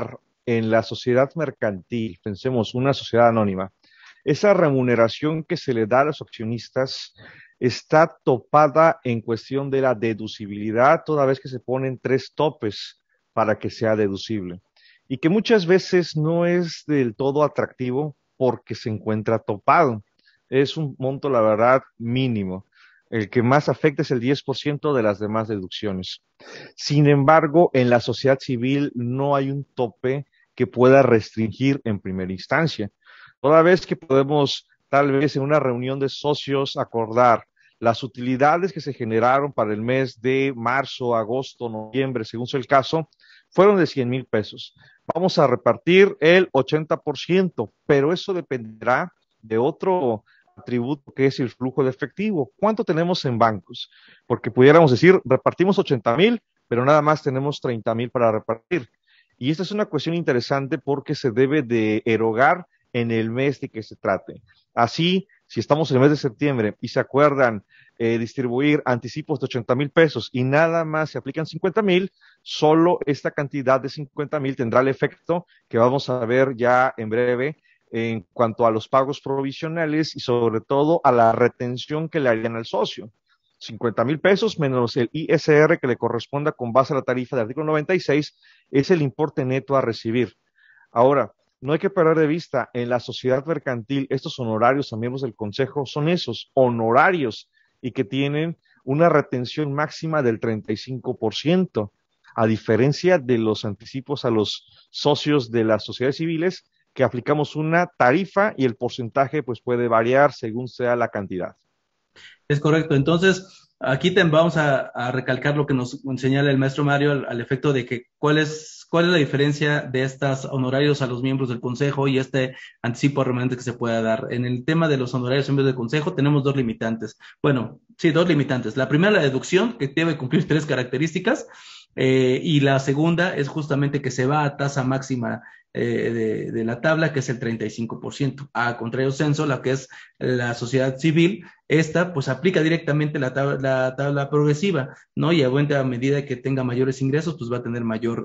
en la sociedad mercantil, pensemos, una sociedad anónima, esa remuneración que se le da a los accionistas está topada en cuestión de la deducibilidad, toda vez que se ponen 3 topes para que sea deducible. Y que muchas veces no es del todo atractivo porque se encuentra topado. Es un monto, la verdad, mínimo. El que más afecta es el 10% de las demás deducciones. Sin embargo, en la sociedad civil no hay un tope que pueda restringir en primera instancia. Toda vez que podemos, tal vez en una reunión de socios, acordar las utilidades que se generaron para el mes de marzo, agosto, noviembre, según sea el caso, fueron de 100,000 pesos. Vamos a repartir el 80%, pero eso dependerá de otro atributo que es el flujo de efectivo. ¿Cuánto tenemos en bancos? Porque pudiéramos decir, repartimos 80,000, pero nada más tenemos 30,000 para repartir. Y esta es una cuestión interesante porque se debe de erogar en el mes de que se trate. Así, si estamos en el mes de septiembre y se acuerdan distribuir anticipos de 80,000 pesos y nada más se aplican 50,000, solo esta cantidad de 50,000 tendrá el efecto que vamos a ver ya en breve en cuanto a los pagos provisionales y sobre todo a la retención que le harían al socio. 50,000 pesos menos el ISR que le corresponda con base a la tarifa del artículo 96 es el importe neto a recibir. Ahora, no hay que perder de vista, en la sociedad mercantil, estos honorarios a miembros del consejo son esos honorarios y que tienen una retención máxima del 35%, a diferencia de los anticipos a los socios de las sociedades civiles, que aplicamos una tarifa y el porcentaje pues puede variar según sea la cantidad. Es correcto. Entonces, aquí vamos a recalcar lo que nos señala el maestro Mario al efecto de que cuál es la diferencia de estos honorarios a los miembros del consejo y este anticipo remanente que se pueda dar. En el tema de los honorarios a miembros del consejo tenemos 2 limitantes. Bueno, sí, 2 limitantes. La primera, la deducción, que debe cumplir 3 características. Y la segunda es justamente que se va a tasa máxima de la tabla, que es el 35%. A contrario censo, la que es la sociedad civil, esta pues aplica directamente la tabla progresiva, ¿no? Y a medida que tenga mayores ingresos, pues va a tener mayor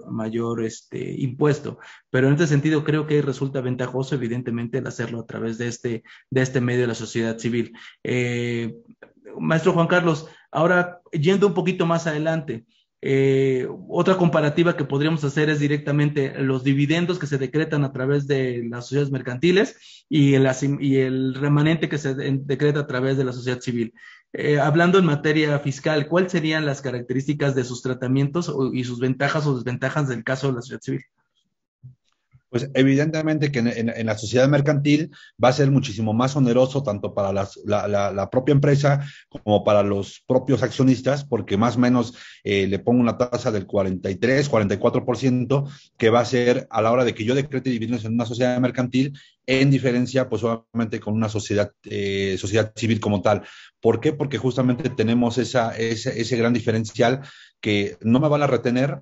impuesto. Pero en este sentido creo que resulta ventajoso, evidentemente, el hacerlo a través de este medio de la sociedad civil. Maestro Juan Carlos, ahora yendo un poquito más adelante, otra comparativa que podríamos hacer es directamente los dividendos que se decretan a través de las sociedades mercantiles y el remanente que se decreta a través de la sociedad civil. Hablando en materia fiscal, ¿cuáles serían las características de sus tratamientos y sus ventajas o desventajas del caso de la sociedad civil? Pues evidentemente que en la sociedad mercantil va a ser muchísimo más oneroso tanto para la propia empresa como para los propios accionistas, porque más o menos le pongo una tasa del 43, 44%, que va a ser a la hora de que yo decrete dividendos en una sociedad mercantil, en diferencia, pues obviamente con una sociedad civil como tal. ¿Por qué? Porque justamente tenemos ese gran diferencial que no me van a retener,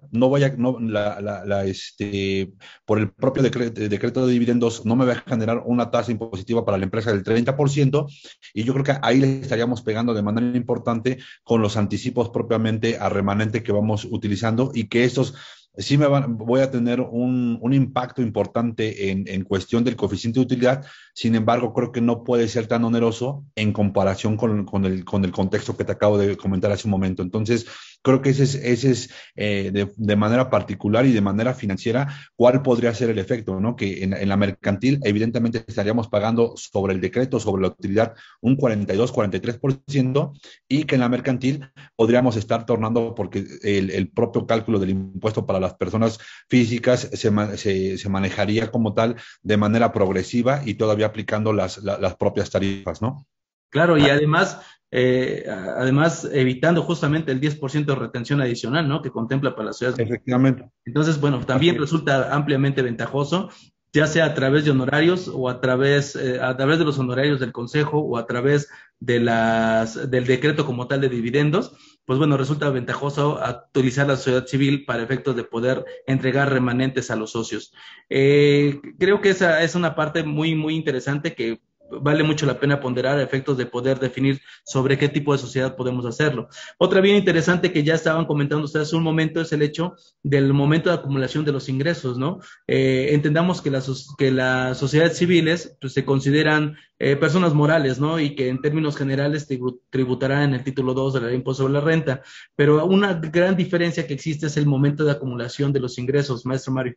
por el propio decreto de dividendos no me va a generar una tasa impositiva para la empresa del 30%, y yo creo que ahí le estaríamos pegando de manera importante con los anticipos propiamente a remanente que vamos utilizando, y que estos sí voy a tener un impacto importante en cuestión del coeficiente de utilidad. Sin embargo, creo que no puede ser tan oneroso en comparación con el contexto que te acabo de comentar hace un momento. Entonces, creo que ese es de manera particular y de manera financiera, cuál podría ser el efecto, ¿no? Que en la mercantil, evidentemente, estaríamos pagando sobre el decreto, sobre la utilidad, un 42, 43%, y que en la mercantil podríamos estar tornando, porque el propio cálculo del impuesto para las personas físicas se manejaría como tal de manera progresiva y todavía aplicando las propias tarifas, ¿no? Claro, y además evitando justamente el 10% de retención adicional, ¿no? Que contempla para las ciudades. Efectivamente. Entonces, bueno, también resulta ampliamente ventajoso, ya sea a través de honorarios o a través de los honorarios del consejo o a través del decreto como tal de dividendos. Pues bueno, resulta ventajoso utilizar la sociedad civil para efectos de poder entregar remanentes a los socios. Creo que esa es una parte muy, muy interesante que vale mucho la pena ponderar a efectos de poder definir sobre qué tipo de sociedad podemos hacerlo. Otra bien interesante que ya estaban comentando ustedes hace un momento es el hecho del momento de acumulación de los ingresos, ¿no? Entendamos que las sociedades civiles pues, se consideran personas morales, ¿no? Y que en términos generales tributarán en el título 2 de la ley de impuesto sobre la renta, pero una gran diferencia que existe es el momento de acumulación de los ingresos, maestro Mario.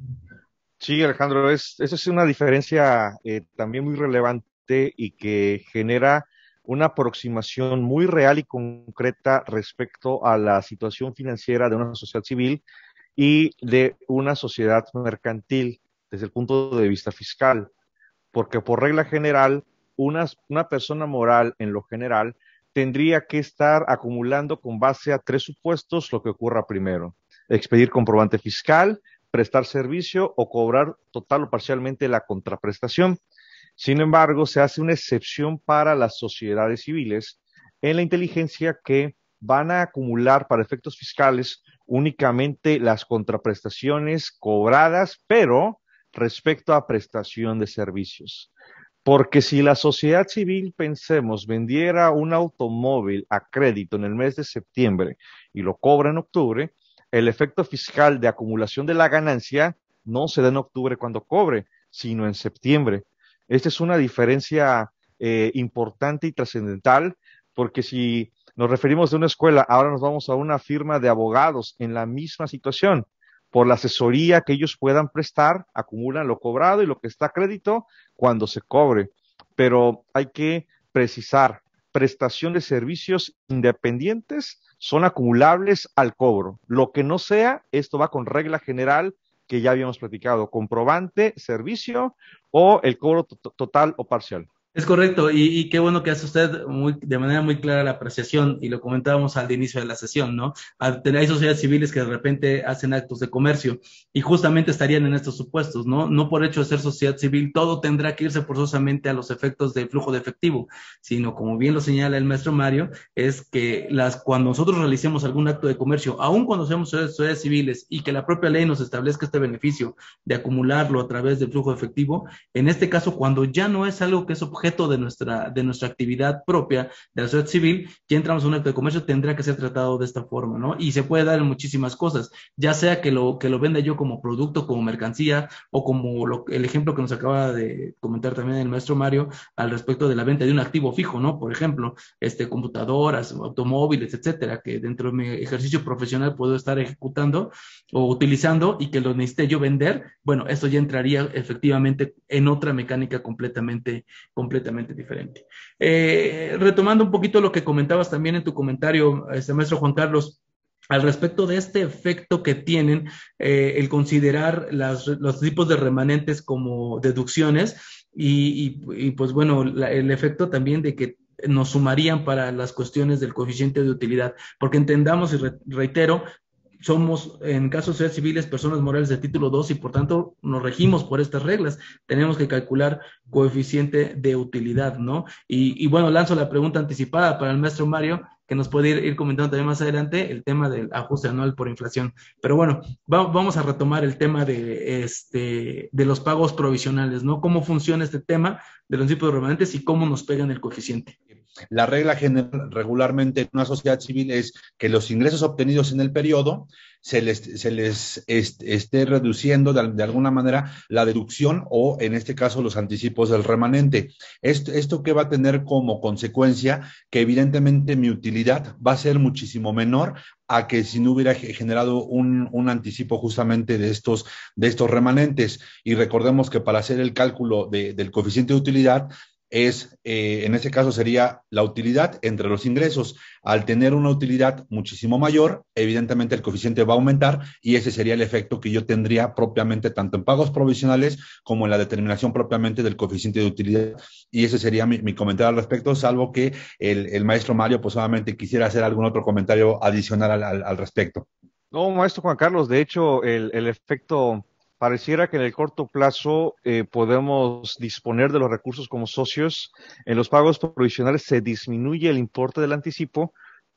Sí, Alejandro, esa es una diferencia también muy relevante y que genera una aproximación muy real y concreta respecto a la situación financiera de una sociedad civil y de una sociedad mercantil desde el punto de vista fiscal, porque por regla general, una persona moral en lo general tendría que estar acumulando con base a tres supuestos lo que ocurra primero: expedir comprobante fiscal, prestar servicio o cobrar total o parcialmente la contraprestación. Sin embargo, se hace una excepción para las sociedades civiles en la inteligencia que van a acumular para efectos fiscales únicamente las contraprestaciones cobradas, pero respecto a prestación de servicios. Porque si la sociedad civil, pensemos, vendiera un automóvil a crédito en el mes de septiembre y lo cobra en octubre, el efecto fiscal de acumulación de la ganancia no se da en octubre cuando cobre, sino en septiembre. Esta es una diferencia importante y trascendental, porque si nos referimos de una escuela, ahora nos vamos a una firma de abogados en la misma situación. Por la asesoría que ellos puedan prestar, acumulan lo cobrado y lo que está a crédito cuando se cobre. Pero hay que precisar, prestación de servicios independientes son acumulables al cobro. Lo que no sea, esto va con regla general que ya habíamos platicado: comprobante, servicio o el cobro total o parcial. Es correcto, y qué bueno que hace usted de manera muy clara la apreciación, y lo comentábamos al inicio de la sesión, ¿no? Hay sociedades civiles que de repente hacen actos de comercio y justamente estarían en estos supuestos, ¿no? No por hecho de ser sociedad civil, todo tendrá que irse forzosamente a los efectos del flujo de efectivo, sino, como bien lo señala el maestro Mario, es que cuando nosotros realicemos algún acto de comercio, aun cuando seamos sociedades civiles y que la propia ley nos establezca este beneficio de acumularlo a través del flujo de efectivo, en este caso, cuando ya no es algo que es objeto de nuestra actividad propia de la sociedad civil, ya entramos a un acto de comercio, tendrá que ser tratado de esta forma, ¿no? Y se puede dar en muchísimas cosas, ya sea que lo venda yo como producto, como mercancía, o como el ejemplo que nos acaba de comentar también el maestro Mario al respecto de la venta de un activo fijo, ¿no? Por ejemplo, computadoras, automóviles, etcétera, que dentro de mi ejercicio profesional puedo estar ejecutando o utilizando y que lo necesite yo vender. Bueno, esto ya entraría efectivamente en otra mecánica completamente diferente. Retomando un poquito lo que comentabas también en tu comentario, maestro Juan Carlos, al respecto de este efecto que tienen el considerar los tipos de remanentes como deducciones y pues bueno, el efecto también de que nos sumarían para las cuestiones del coeficiente de utilidad, porque entendamos y reitero, somos, en casos de sociedades civiles, personas morales de título 2 y por tanto nos regimos por estas reglas. Tenemos que calcular coeficiente de utilidad, ¿no? Y bueno, lanzo la pregunta anticipada para el maestro Mario, que nos puede ir comentando también más adelante el tema del ajuste anual por inflación. Pero bueno, vamos a retomar el tema de los pagos provisionales, ¿no? ¿Cómo funciona este tema de los tipos de remanentes y cómo nos pegan el coeficiente? La regla general regularmente en una sociedad civil es que los ingresos obtenidos en el periodo se les esté reduciendo de alguna manera la deducción o, en este caso, los anticipos del remanente. Esto que va a tener como consecuencia que evidentemente mi utilidad va a ser muchísimo menor a que si no hubiera generado un anticipo justamente de estos remanentes. Y recordemos que para hacer el cálculo del coeficiente de utilidad en este caso sería la utilidad entre los ingresos. Al tener una utilidad muchísimo mayor, evidentemente el coeficiente va a aumentar y ese sería el efecto que yo tendría propiamente tanto en pagos provisionales como en la determinación propiamente del coeficiente de utilidad. Y ese sería mi comentario al respecto, salvo que el maestro Mario pues solamente quisiera hacer algún otro comentario adicional al respecto. No, maestro Juan Carlos, de hecho el efecto... Pareciera que en el corto plazo podemos disponer de los recursos como socios. En los pagos provisionales se disminuye el importe del anticipo,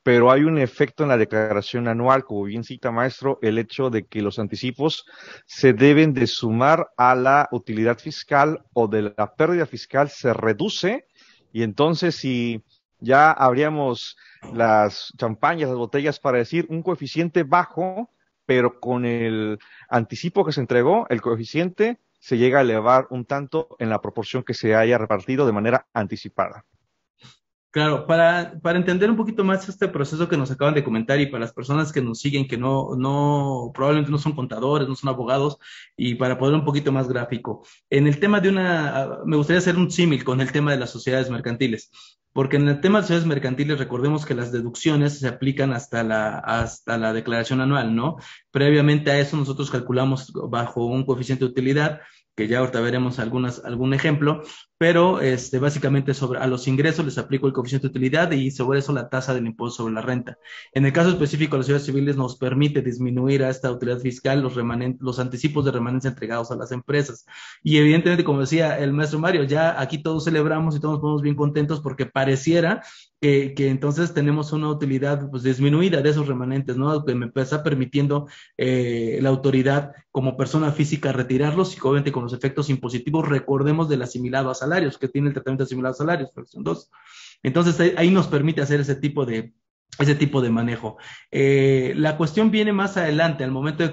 pero hay un efecto en la declaración anual, como bien cita maestro, el hecho de que los anticipos se deben de sumar a la utilidad fiscal o de la pérdida fiscal se reduce, y entonces si ya habríamos las champañas, las botellas para decir un coeficiente bajo, pero con el anticipo que se entregó, el coeficiente se llega a elevar un tanto en la proporción que se haya repartido de manera anticipada. Claro, para entender un poquito más este proceso que nos acaban de comentar y para las personas que nos siguen, que probablemente no son contadores, no son abogados, y para poder un poquito más gráfico, en el tema me gustaría hacer un símil con el tema de las sociedades mercantiles, porque en el tema de sociedades mercantiles recordemos que las deducciones se aplican hasta la declaración anual, ¿no? Previamente a eso nosotros calculamos bajo un coeficiente de utilidad, que ya ahorita veremos algún ejemplo, pero básicamente a los ingresos les aplico el coeficiente de utilidad y sobre eso la tasa del impuesto sobre la renta. En el caso específico de las sociedades civiles nos permite disminuir a esta utilidad fiscal los anticipos de remanentes entregados a las empresas. Y evidentemente, como decía el maestro Mario, ya aquí todos celebramos y todos nos ponemos bien contentos porque pareciera que entonces tenemos una utilidad pues disminuida de esos remanentes, ¿no? Que me está permitiendo la autoridad como persona física retirarlos y obviamente con los efectos impositivos, recordemos del asimilado a salarios, que tiene el tratamiento asimilado a salarios, fracción 2. Entonces ahí nos permite hacer ese tipo de manejo. La cuestión viene más adelante, al momento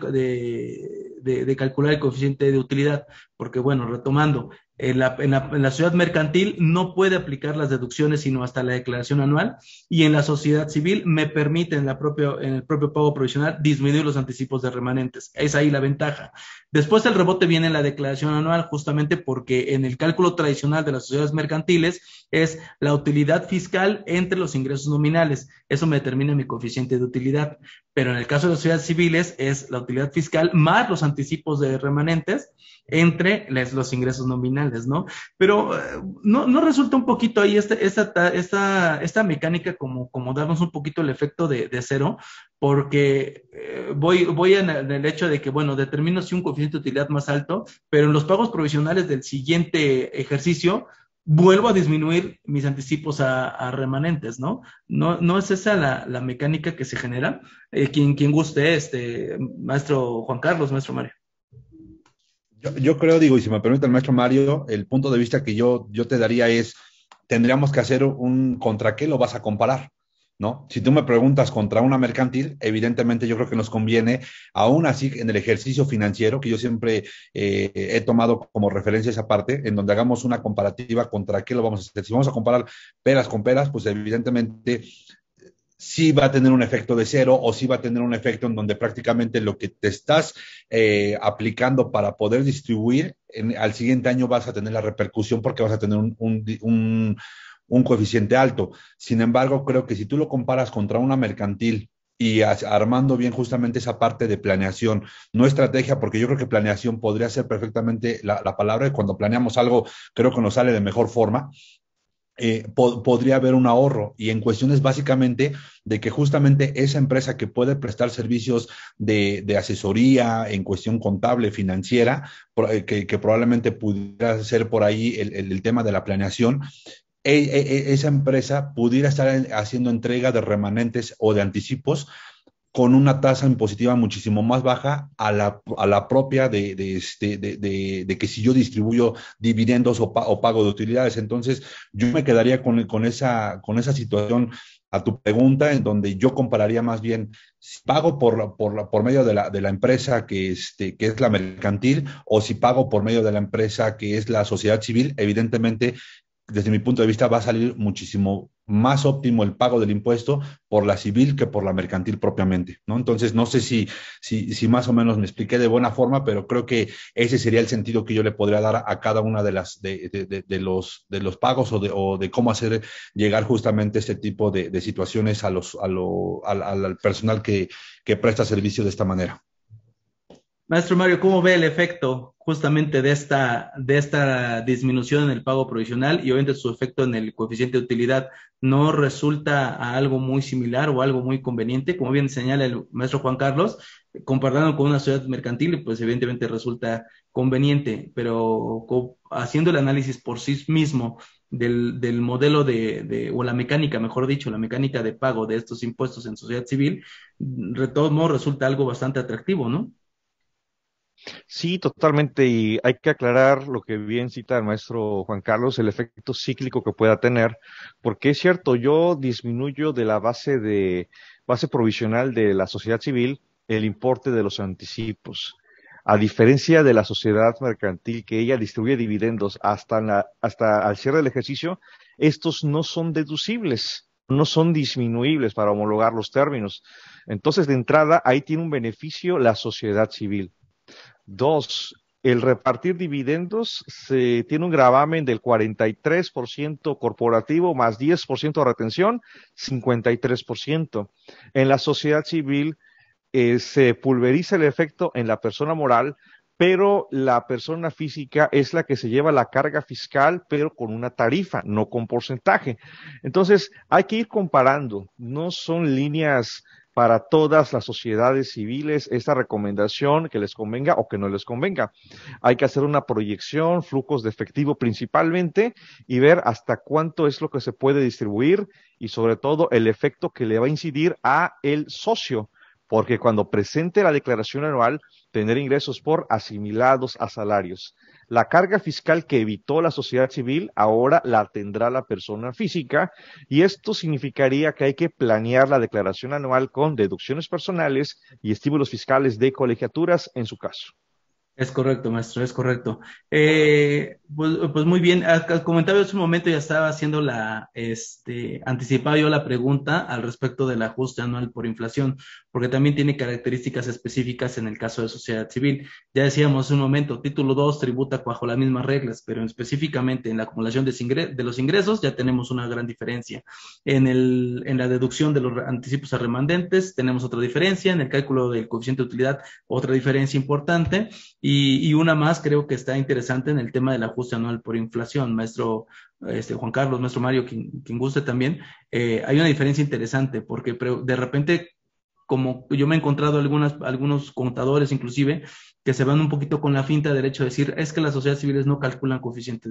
de calcular el coeficiente de utilidad, porque bueno, retomando, en la sociedad mercantil no puede aplicar las deducciones sino hasta la declaración anual, y en la sociedad civil me permite en el propio pago provisional disminuir los anticipos de remanentes. Es ahí la ventaja. Después el rebote viene en la declaración anual, justamente porque en el cálculo tradicional de las sociedades mercantiles es la utilidad fiscal entre los ingresos nominales. Eso me determina mi coeficiente de utilidad. Pero en el caso de las sociedades civiles es la utilidad fiscal más los anticipos de remanentes entre los ingresos nominales, ¿no? Pero no resulta un poquito ahí esta mecánica como darnos un poquito el efecto de cero, porque voy en el hecho de que, bueno, determino si un coeficiente de utilidad más alto, pero en los pagos provisionales del siguiente ejercicio vuelvo a disminuir mis anticipos a remanentes, ¿no? No es esa la mecánica que se genera. Quien guste, maestro Juan Carlos, maestro Mario. Yo creo, digo, y si me permite el maestro Mario, el punto de vista que yo te daría es, tendríamos que hacer contra qué lo vas a comparar, ¿no? Si tú me preguntas contra una mercantil, evidentemente yo creo que nos conviene, aún así en el ejercicio financiero, que yo siempre he tomado como referencia esa parte, en donde hagamos una comparativa contra qué lo vamos a hacer. Si vamos a comparar peras con peras, pues evidentemente sí va a tener un efecto de cero o sí va a tener un efecto en donde prácticamente lo que te estás aplicando para poder distribuir, al siguiente año vas a tener la repercusión porque vas a tener un coeficiente alto. Sin embargo, creo que si tú lo comparas contra una mercantil y armando bien justamente esa parte de planeación, no estrategia, porque yo creo que planeación podría ser perfectamente la palabra, y cuando planeamos algo creo que nos sale de mejor forma. Podría haber un ahorro, y en cuestiones básicamente de que justamente esa empresa que puede prestar servicios de asesoría en cuestión contable, financiera, que probablemente pudiera ser por ahí el tema de la planeación, esa empresa pudiera estar haciendo entrega de remanentes o de anticipos con una tasa impositiva muchísimo más baja a la propia de que si yo distribuyo dividendos o pago de utilidades. Entonces, yo me quedaría con esa situación a tu pregunta, en donde yo compararía más bien si pago por medio de la empresa que es la mercantil, o si pago por medio de la empresa que es la sociedad civil. Evidentemente, desde mi punto de vista, va a salir muchísimo más óptimo el pago del impuesto por la civil que por la mercantil propiamente, ¿no? Entonces, no sé si más o menos me expliqué de buena forma, pero creo que ese sería el sentido que yo le podría dar a cada una de los pagos o de cómo hacer llegar justamente este tipo de situaciones al personal que presta servicio de esta manera. Maestro Mario, ¿cómo ve el efecto justamente de esta disminución en el pago provisional y obviamente su efecto en el coeficiente de utilidad? ¿No resulta a algo muy similar o algo muy conveniente? Como bien señala el maestro Juan Carlos, comparando con una sociedad mercantil, pues evidentemente resulta conveniente, pero haciendo el análisis por sí mismo del modelo o la mecánica, mejor dicho, la mecánica de pago de estos impuestos en sociedad civil, de todos modos resulta algo bastante atractivo, ¿no? Sí, totalmente. Y hay que aclarar lo que bien cita el maestro Juan Carlos, el efecto cíclico que pueda tener, porque es cierto, yo disminuyo de la base provisional de la sociedad civil el importe de los anticipos. A diferencia de la sociedad mercantil, que ella distribuye dividendos hasta al cierre del ejercicio, estos no son deducibles, no son disminuibles para homologar los términos. Entonces, de entrada, ahí tiene un beneficio la sociedad civil. Dos, el repartir dividendos se tiene un gravamen del 43% corporativo más 10% de retención, 53%. En la sociedad civil se pulveriza el efecto en la persona moral, pero la persona física es la que se lleva la carga fiscal, pero con una tarifa, no con porcentaje. Entonces, hay que ir comparando, no son líneas para todas las sociedades civiles esta recomendación que les convenga o que no les convenga. Hay que hacer una proyección, flujos de efectivo principalmente, y ver hasta cuánto es lo que se puede distribuir y sobre todo el efecto que le va a incidir a el socio, porque cuando presente la declaración anual, tener ingresos por asimilados a salarios. La carga fiscal que evitó la sociedad civil ahora la tendrá la persona física, y esto significaría que hay que planear la declaración anual con deducciones personales y estímulos fiscales de colegiaturas en su caso. Es correcto, maestro, es correcto. Pues muy bien, comentaba hace un momento, ya estaba haciendo anticipaba yo la pregunta al respecto del ajuste anual por inflación, porque también tiene características específicas en el caso de sociedad civil. Ya decíamos hace un momento, título 2 tributa bajo las mismas reglas, pero específicamente en la acumulación de los ingresos ya tenemos una gran diferencia. En la deducción de los anticipos a remanentes tenemos otra diferencia, en el cálculo del coeficiente de utilidad otra diferencia importante. Y una más creo que está interesante en el tema del ajuste anual por inflación, maestro Juan Carlos, maestro Mario, quien guste también. Hay una diferencia interesante porque de repente, como yo me he encontrado algunos contadores inclusive, que se van un poquito con la finta del hecho de decir, es que las sociedades civiles no calculan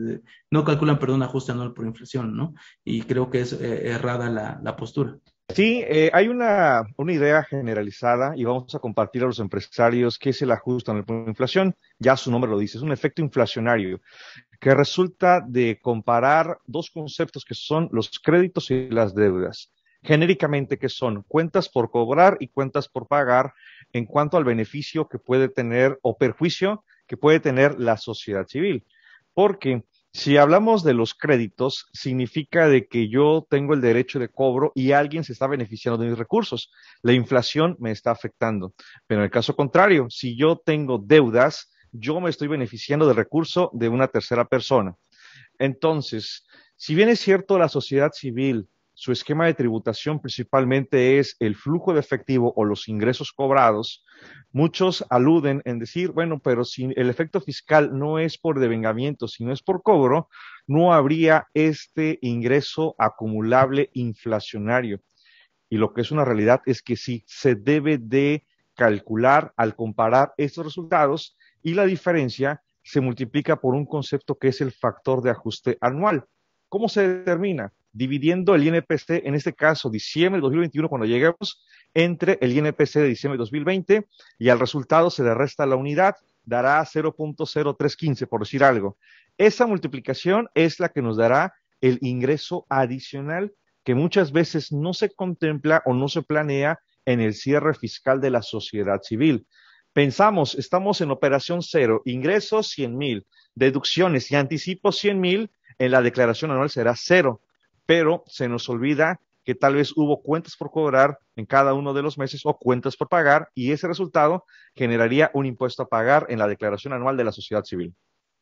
ajuste anual por inflación, ¿no? Y creo que es errada la postura. Sí, hay una idea generalizada y vamos a compartir a los empresarios qué es el ajuste anual por inflación. Ya su nombre lo dice, es un efecto inflacionario que resulta de comparar dos conceptos que son los créditos y las deudas. Genéricamente, que son cuentas por cobrar y cuentas por pagar en cuanto al beneficio que puede tener o perjuicio que puede tener la sociedad civil. Porque si hablamos de los créditos, significa de que yo tengo el derecho de cobro y alguien se está beneficiando de mis recursos. La inflación me está afectando. Pero en el caso contrario, si yo tengo deudas, yo me estoy beneficiando del recurso de una tercera persona. Entonces, si bien es cierto la sociedad civil, su esquema de tributación principalmente es el flujo de efectivo o los ingresos cobrados, muchos aluden en decir, bueno, pero si el efecto fiscal no es por devengamiento, sino es por cobro, no habría este ingreso acumulable inflacionario. Y lo que es una realidad es que sí, se debe de calcular al comparar estos resultados y la diferencia se multiplica por un concepto que es el factor de ajuste anual. ¿Cómo se determina? Dividiendo el INPC, en este caso diciembre de 2021, cuando lleguemos, entre el INPC de diciembre de 2020 y al resultado se le resta la unidad, dará 0.0315, por decir algo. Esa multiplicación es la que nos dará el ingreso adicional que muchas veces no se contempla o no se planea en el cierre fiscal de la sociedad civil. Pensamos, estamos en operación cero, ingresos 100,000, deducciones y anticipos 100,000, en la declaración anual será cero. Pero se nos olvida que tal vez hubo cuentas por cobrar en cada uno de los meses o cuentas por pagar y ese resultado generaría un impuesto a pagar en la declaración anual de la sociedad civil.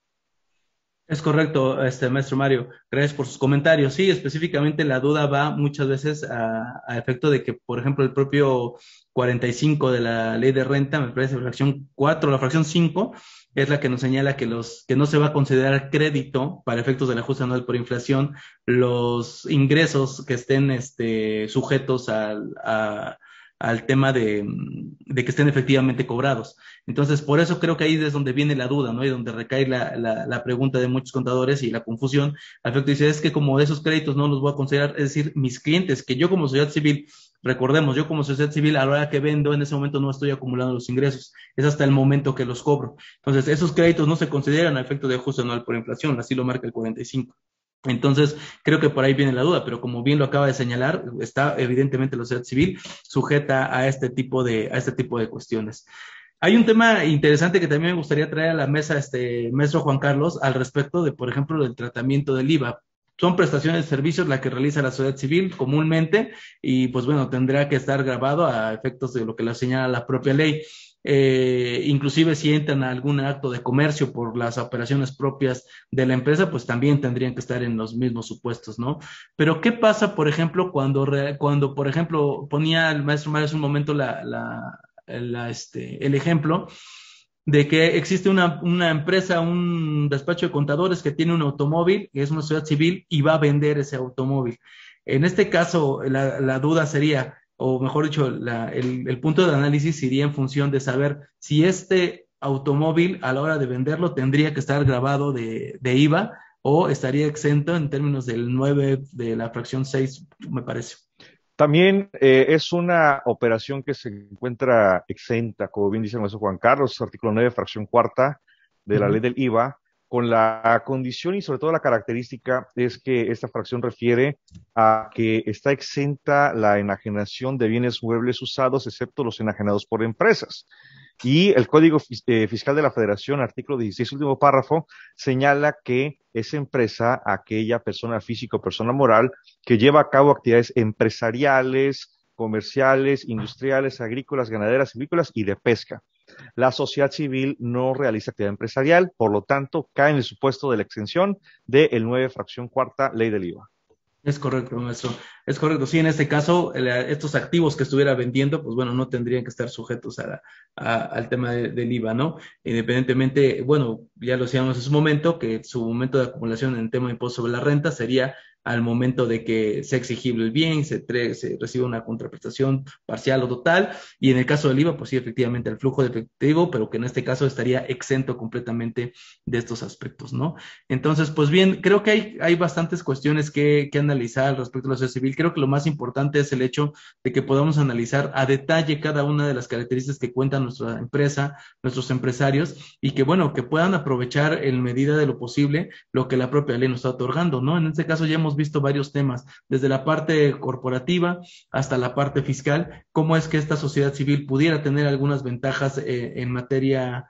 Es correcto, maestro Mario. Gracias por sus comentarios. Sí, específicamente la duda va muchas veces a efecto de que, por ejemplo, el propio 45 de la ley de renta, me parece, la fracción 4, la fracción 5, es la que nos señala que no se va a considerar crédito para efectos del ajuste anual por inflación los ingresos que estén sujetos al tema de que estén efectivamente cobrados. Entonces, por eso creo que ahí es donde viene la duda, ¿no? Y donde recae la pregunta de muchos contadores y la confusión. Al efecto dice, es que como esos créditos no los voy a considerar, es decir, mis clientes, que yo como sociedad civil, recordemos, yo como sociedad civil, a la hora que vendo, en ese momento no estoy acumulando los ingresos, es hasta el momento que los cobro. Entonces, esos créditos no se consideran a efecto de ajuste anual por inflación, así lo marca el 45. Entonces, creo que por ahí viene la duda, pero como bien lo acaba de señalar, está evidentemente la sociedad civil sujeta a este tipo de cuestiones. Hay un tema interesante que también me gustaría traer a la mesa, maestro Juan Carlos, al respecto de, por ejemplo, del tratamiento del IVA. Son prestaciones de servicios la que realiza la sociedad civil comúnmente y pues bueno, tendrá que estar grabado a efectos de lo que la señala la propia ley. Inclusive si entran a algún acto de comercio por las operaciones propias de la empresa, pues también tendrían que estar en los mismos supuestos, ¿no? Pero ¿qué pasa, por ejemplo, cuando por ejemplo, ponía el maestro Mario hace un momento el ejemplo de que existe una empresa, un despacho de contadores que tiene un automóvil, que es una sociedad civil, y va a vender ese automóvil. En este caso, la duda sería, o mejor dicho, el punto de análisis iría en función de saber si este automóvil a la hora de venderlo tendría que estar grabado de IVA o estaría exento en términos del 9 de la fracción 6, me parece. También es una operación que se encuentra exenta, como bien dice el maestro Juan Carlos, artículo 9, fracción cuarta de la ley del IVA, con la condición y sobre todo la característica es que esta fracción refiere a que está exenta la enajenación de bienes muebles usados, excepto los enajenados por empresas. Y el Código Fiscal de la Federación, artículo 16, último párrafo, señala que es empresa aquella persona física o persona moral que lleva a cabo actividades empresariales, comerciales, industriales, agrícolas, ganaderas, silvícolas y de pesca. La sociedad civil no realiza actividad empresarial, por lo tanto, cae en el supuesto de la exención del 9, fracción cuarta, ley del IVA. Es correcto, maestro. Es correcto. Sí, en este caso, estos activos que estuviera vendiendo, pues bueno, no tendrían que estar sujetos al tema del IVA, ¿no? Independientemente, bueno, ya lo decíamos en su momento, que su momento de acumulación en el tema de impuesto sobre la renta sería al momento de que sea exigible el bien, se reciba una contraprestación parcial o total, y en el caso del IVA, pues sí, efectivamente, el flujo de efectivo, pero que en este caso estaría exento completamente de estos aspectos, ¿no? Entonces, pues bien, creo que hay bastantes cuestiones que analizar respecto a la sociedad civil. Creo que lo más importante es el hecho de que podamos analizar a detalle cada una de las características que cuenta nuestra empresa, nuestros empresarios, y que, bueno, que puedan aprovechar en medida de lo posible lo que la propia ley nos está otorgando, ¿no? En este caso ya hemos visto varios temas, desde la parte corporativa hasta la parte fiscal, cómo es que esta sociedad civil pudiera tener algunas ventajas en materia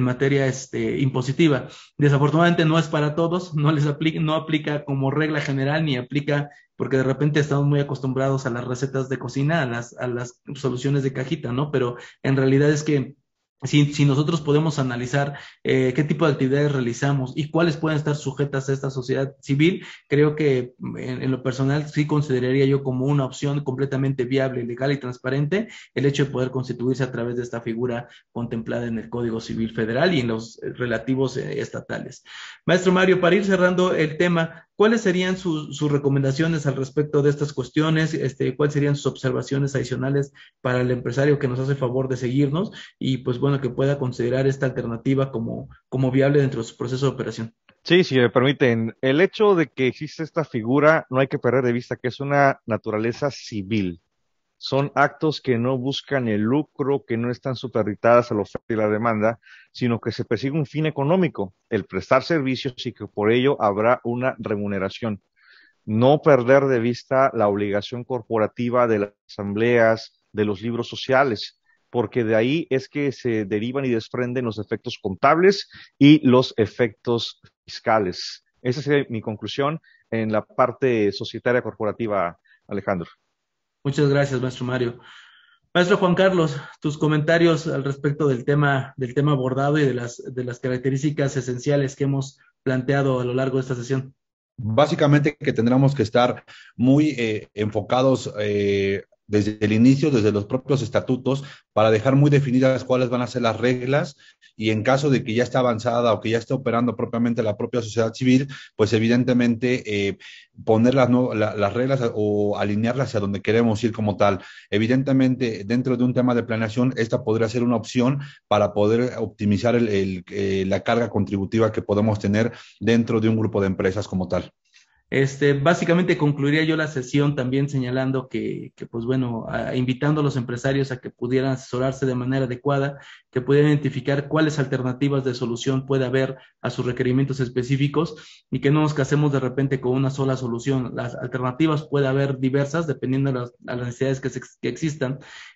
impositiva. Desafortunadamente no es para todos, no aplica como regla general, ni aplica porque de repente estamos muy acostumbrados a las recetas de cocina, a las soluciones de cajita, ¿no? Pero en realidad es que si nosotros podemos analizar qué tipo de actividades realizamos y cuáles pueden estar sujetas a esta sociedad civil, creo que en lo personal sí consideraría yo como una opción completamente viable, legal y transparente el hecho de poder constituirse a través de esta figura contemplada en el Código Civil Federal y en los relativos estatales. Maestro Mario, para ir cerrando el tema, ¿cuáles serían sus recomendaciones al respecto de estas cuestiones? ¿Cuáles serían sus observaciones adicionales para el empresario que nos hace favor de seguirnos? Y pues bueno, que pueda considerar esta alternativa como viable dentro de su proceso de operación. Sí, si me permiten, el hecho de que existe esta figura no hay que perder de vista que es una naturaleza civil. Son actos que no buscan el lucro, que no están supeditadas a la oferta y la demanda, sino que se persigue un fin económico, el prestar servicios y que por ello habrá una remuneración. No perder de vista la obligación corporativa de las asambleas, de los libros sociales, porque de ahí es que se derivan y desprenden los efectos contables y los efectos fiscales. Esa sería mi conclusión en la parte societaria corporativa, Alejandro. Muchas gracias, maestro Mario. Maestro Juan Carlos, tus comentarios al respecto del tema abordado y de las características esenciales que hemos planteado a lo largo de esta sesión. Básicamente que tendremos que estar muy enfocados desde el inicio, desde los propios estatutos, para dejar muy definidas cuáles van a ser las reglas, y en caso de que ya esté avanzada o que ya esté operando propiamente la propia sociedad civil, pues evidentemente poner las reglas o alinearlas hacia donde queremos ir como tal. Evidentemente, dentro de un tema de planeación, esta podría ser una opción para poder optimizar la carga contributiva que podemos tener dentro de un grupo de empresas como tal. Básicamente concluiría yo la sesión también señalando que pues bueno, invitando a los empresarios a que pudieran asesorarse de manera adecuada, que pudieran identificar cuáles alternativas de solución puede haber a sus requerimientos específicos y que no nos casemos de repente con una sola solución. Las alternativas puede haber diversas dependiendo de las necesidades que existan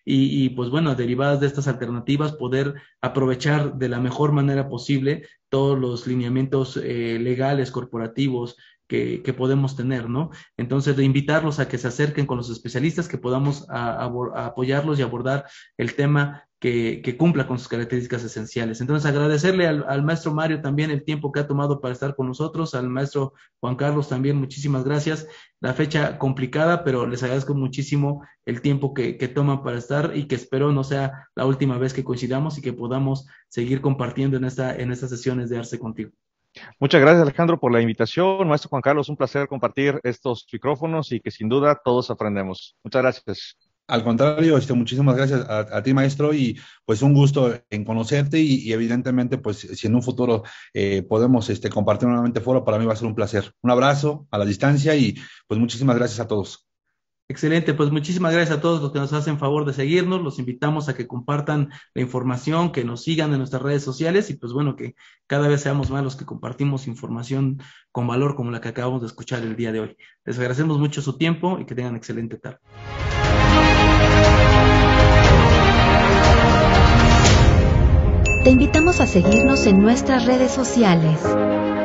y pues bueno, derivadas de estas alternativas poder aprovechar de la mejor manera posible todos los lineamientos legales, corporativos, que podemos tener, ¿no? Entonces, de invitarlos a que se acerquen con los especialistas, que podamos a apoyarlos y abordar el tema que cumpla con sus características esenciales. Entonces, agradecerle al maestro Mario también el tiempo que ha tomado para estar con nosotros, al maestro Juan Carlos también, muchísimas gracias. La fecha complicada, pero les agradezco muchísimo el tiempo que toman para estar y que espero no sea la última vez que coincidamos y que podamos seguir compartiendo en estas sesiones de Arce Contigo. Muchas gracias, Alejandro, por la invitación. Maestro Juan Carlos, un placer compartir estos micrófonos y que sin duda todos aprendemos. Muchas gracias. Al contrario, muchísimas gracias a ti, maestro, y pues un gusto en conocerte y evidentemente, pues si en un futuro podemos compartir nuevamente foro, para mí va a ser un placer. Un abrazo a la distancia y pues muchísimas gracias a todos. Excelente, pues muchísimas gracias a todos los que nos hacen favor de seguirnos, los invitamos a que compartan la información, que nos sigan en nuestras redes sociales y pues bueno, que cada vez seamos más los que compartimos información con valor como la que acabamos de escuchar el día de hoy. Les agradecemos mucho su tiempo y que tengan excelente tarde. Te invitamos a seguirnos en nuestras redes sociales.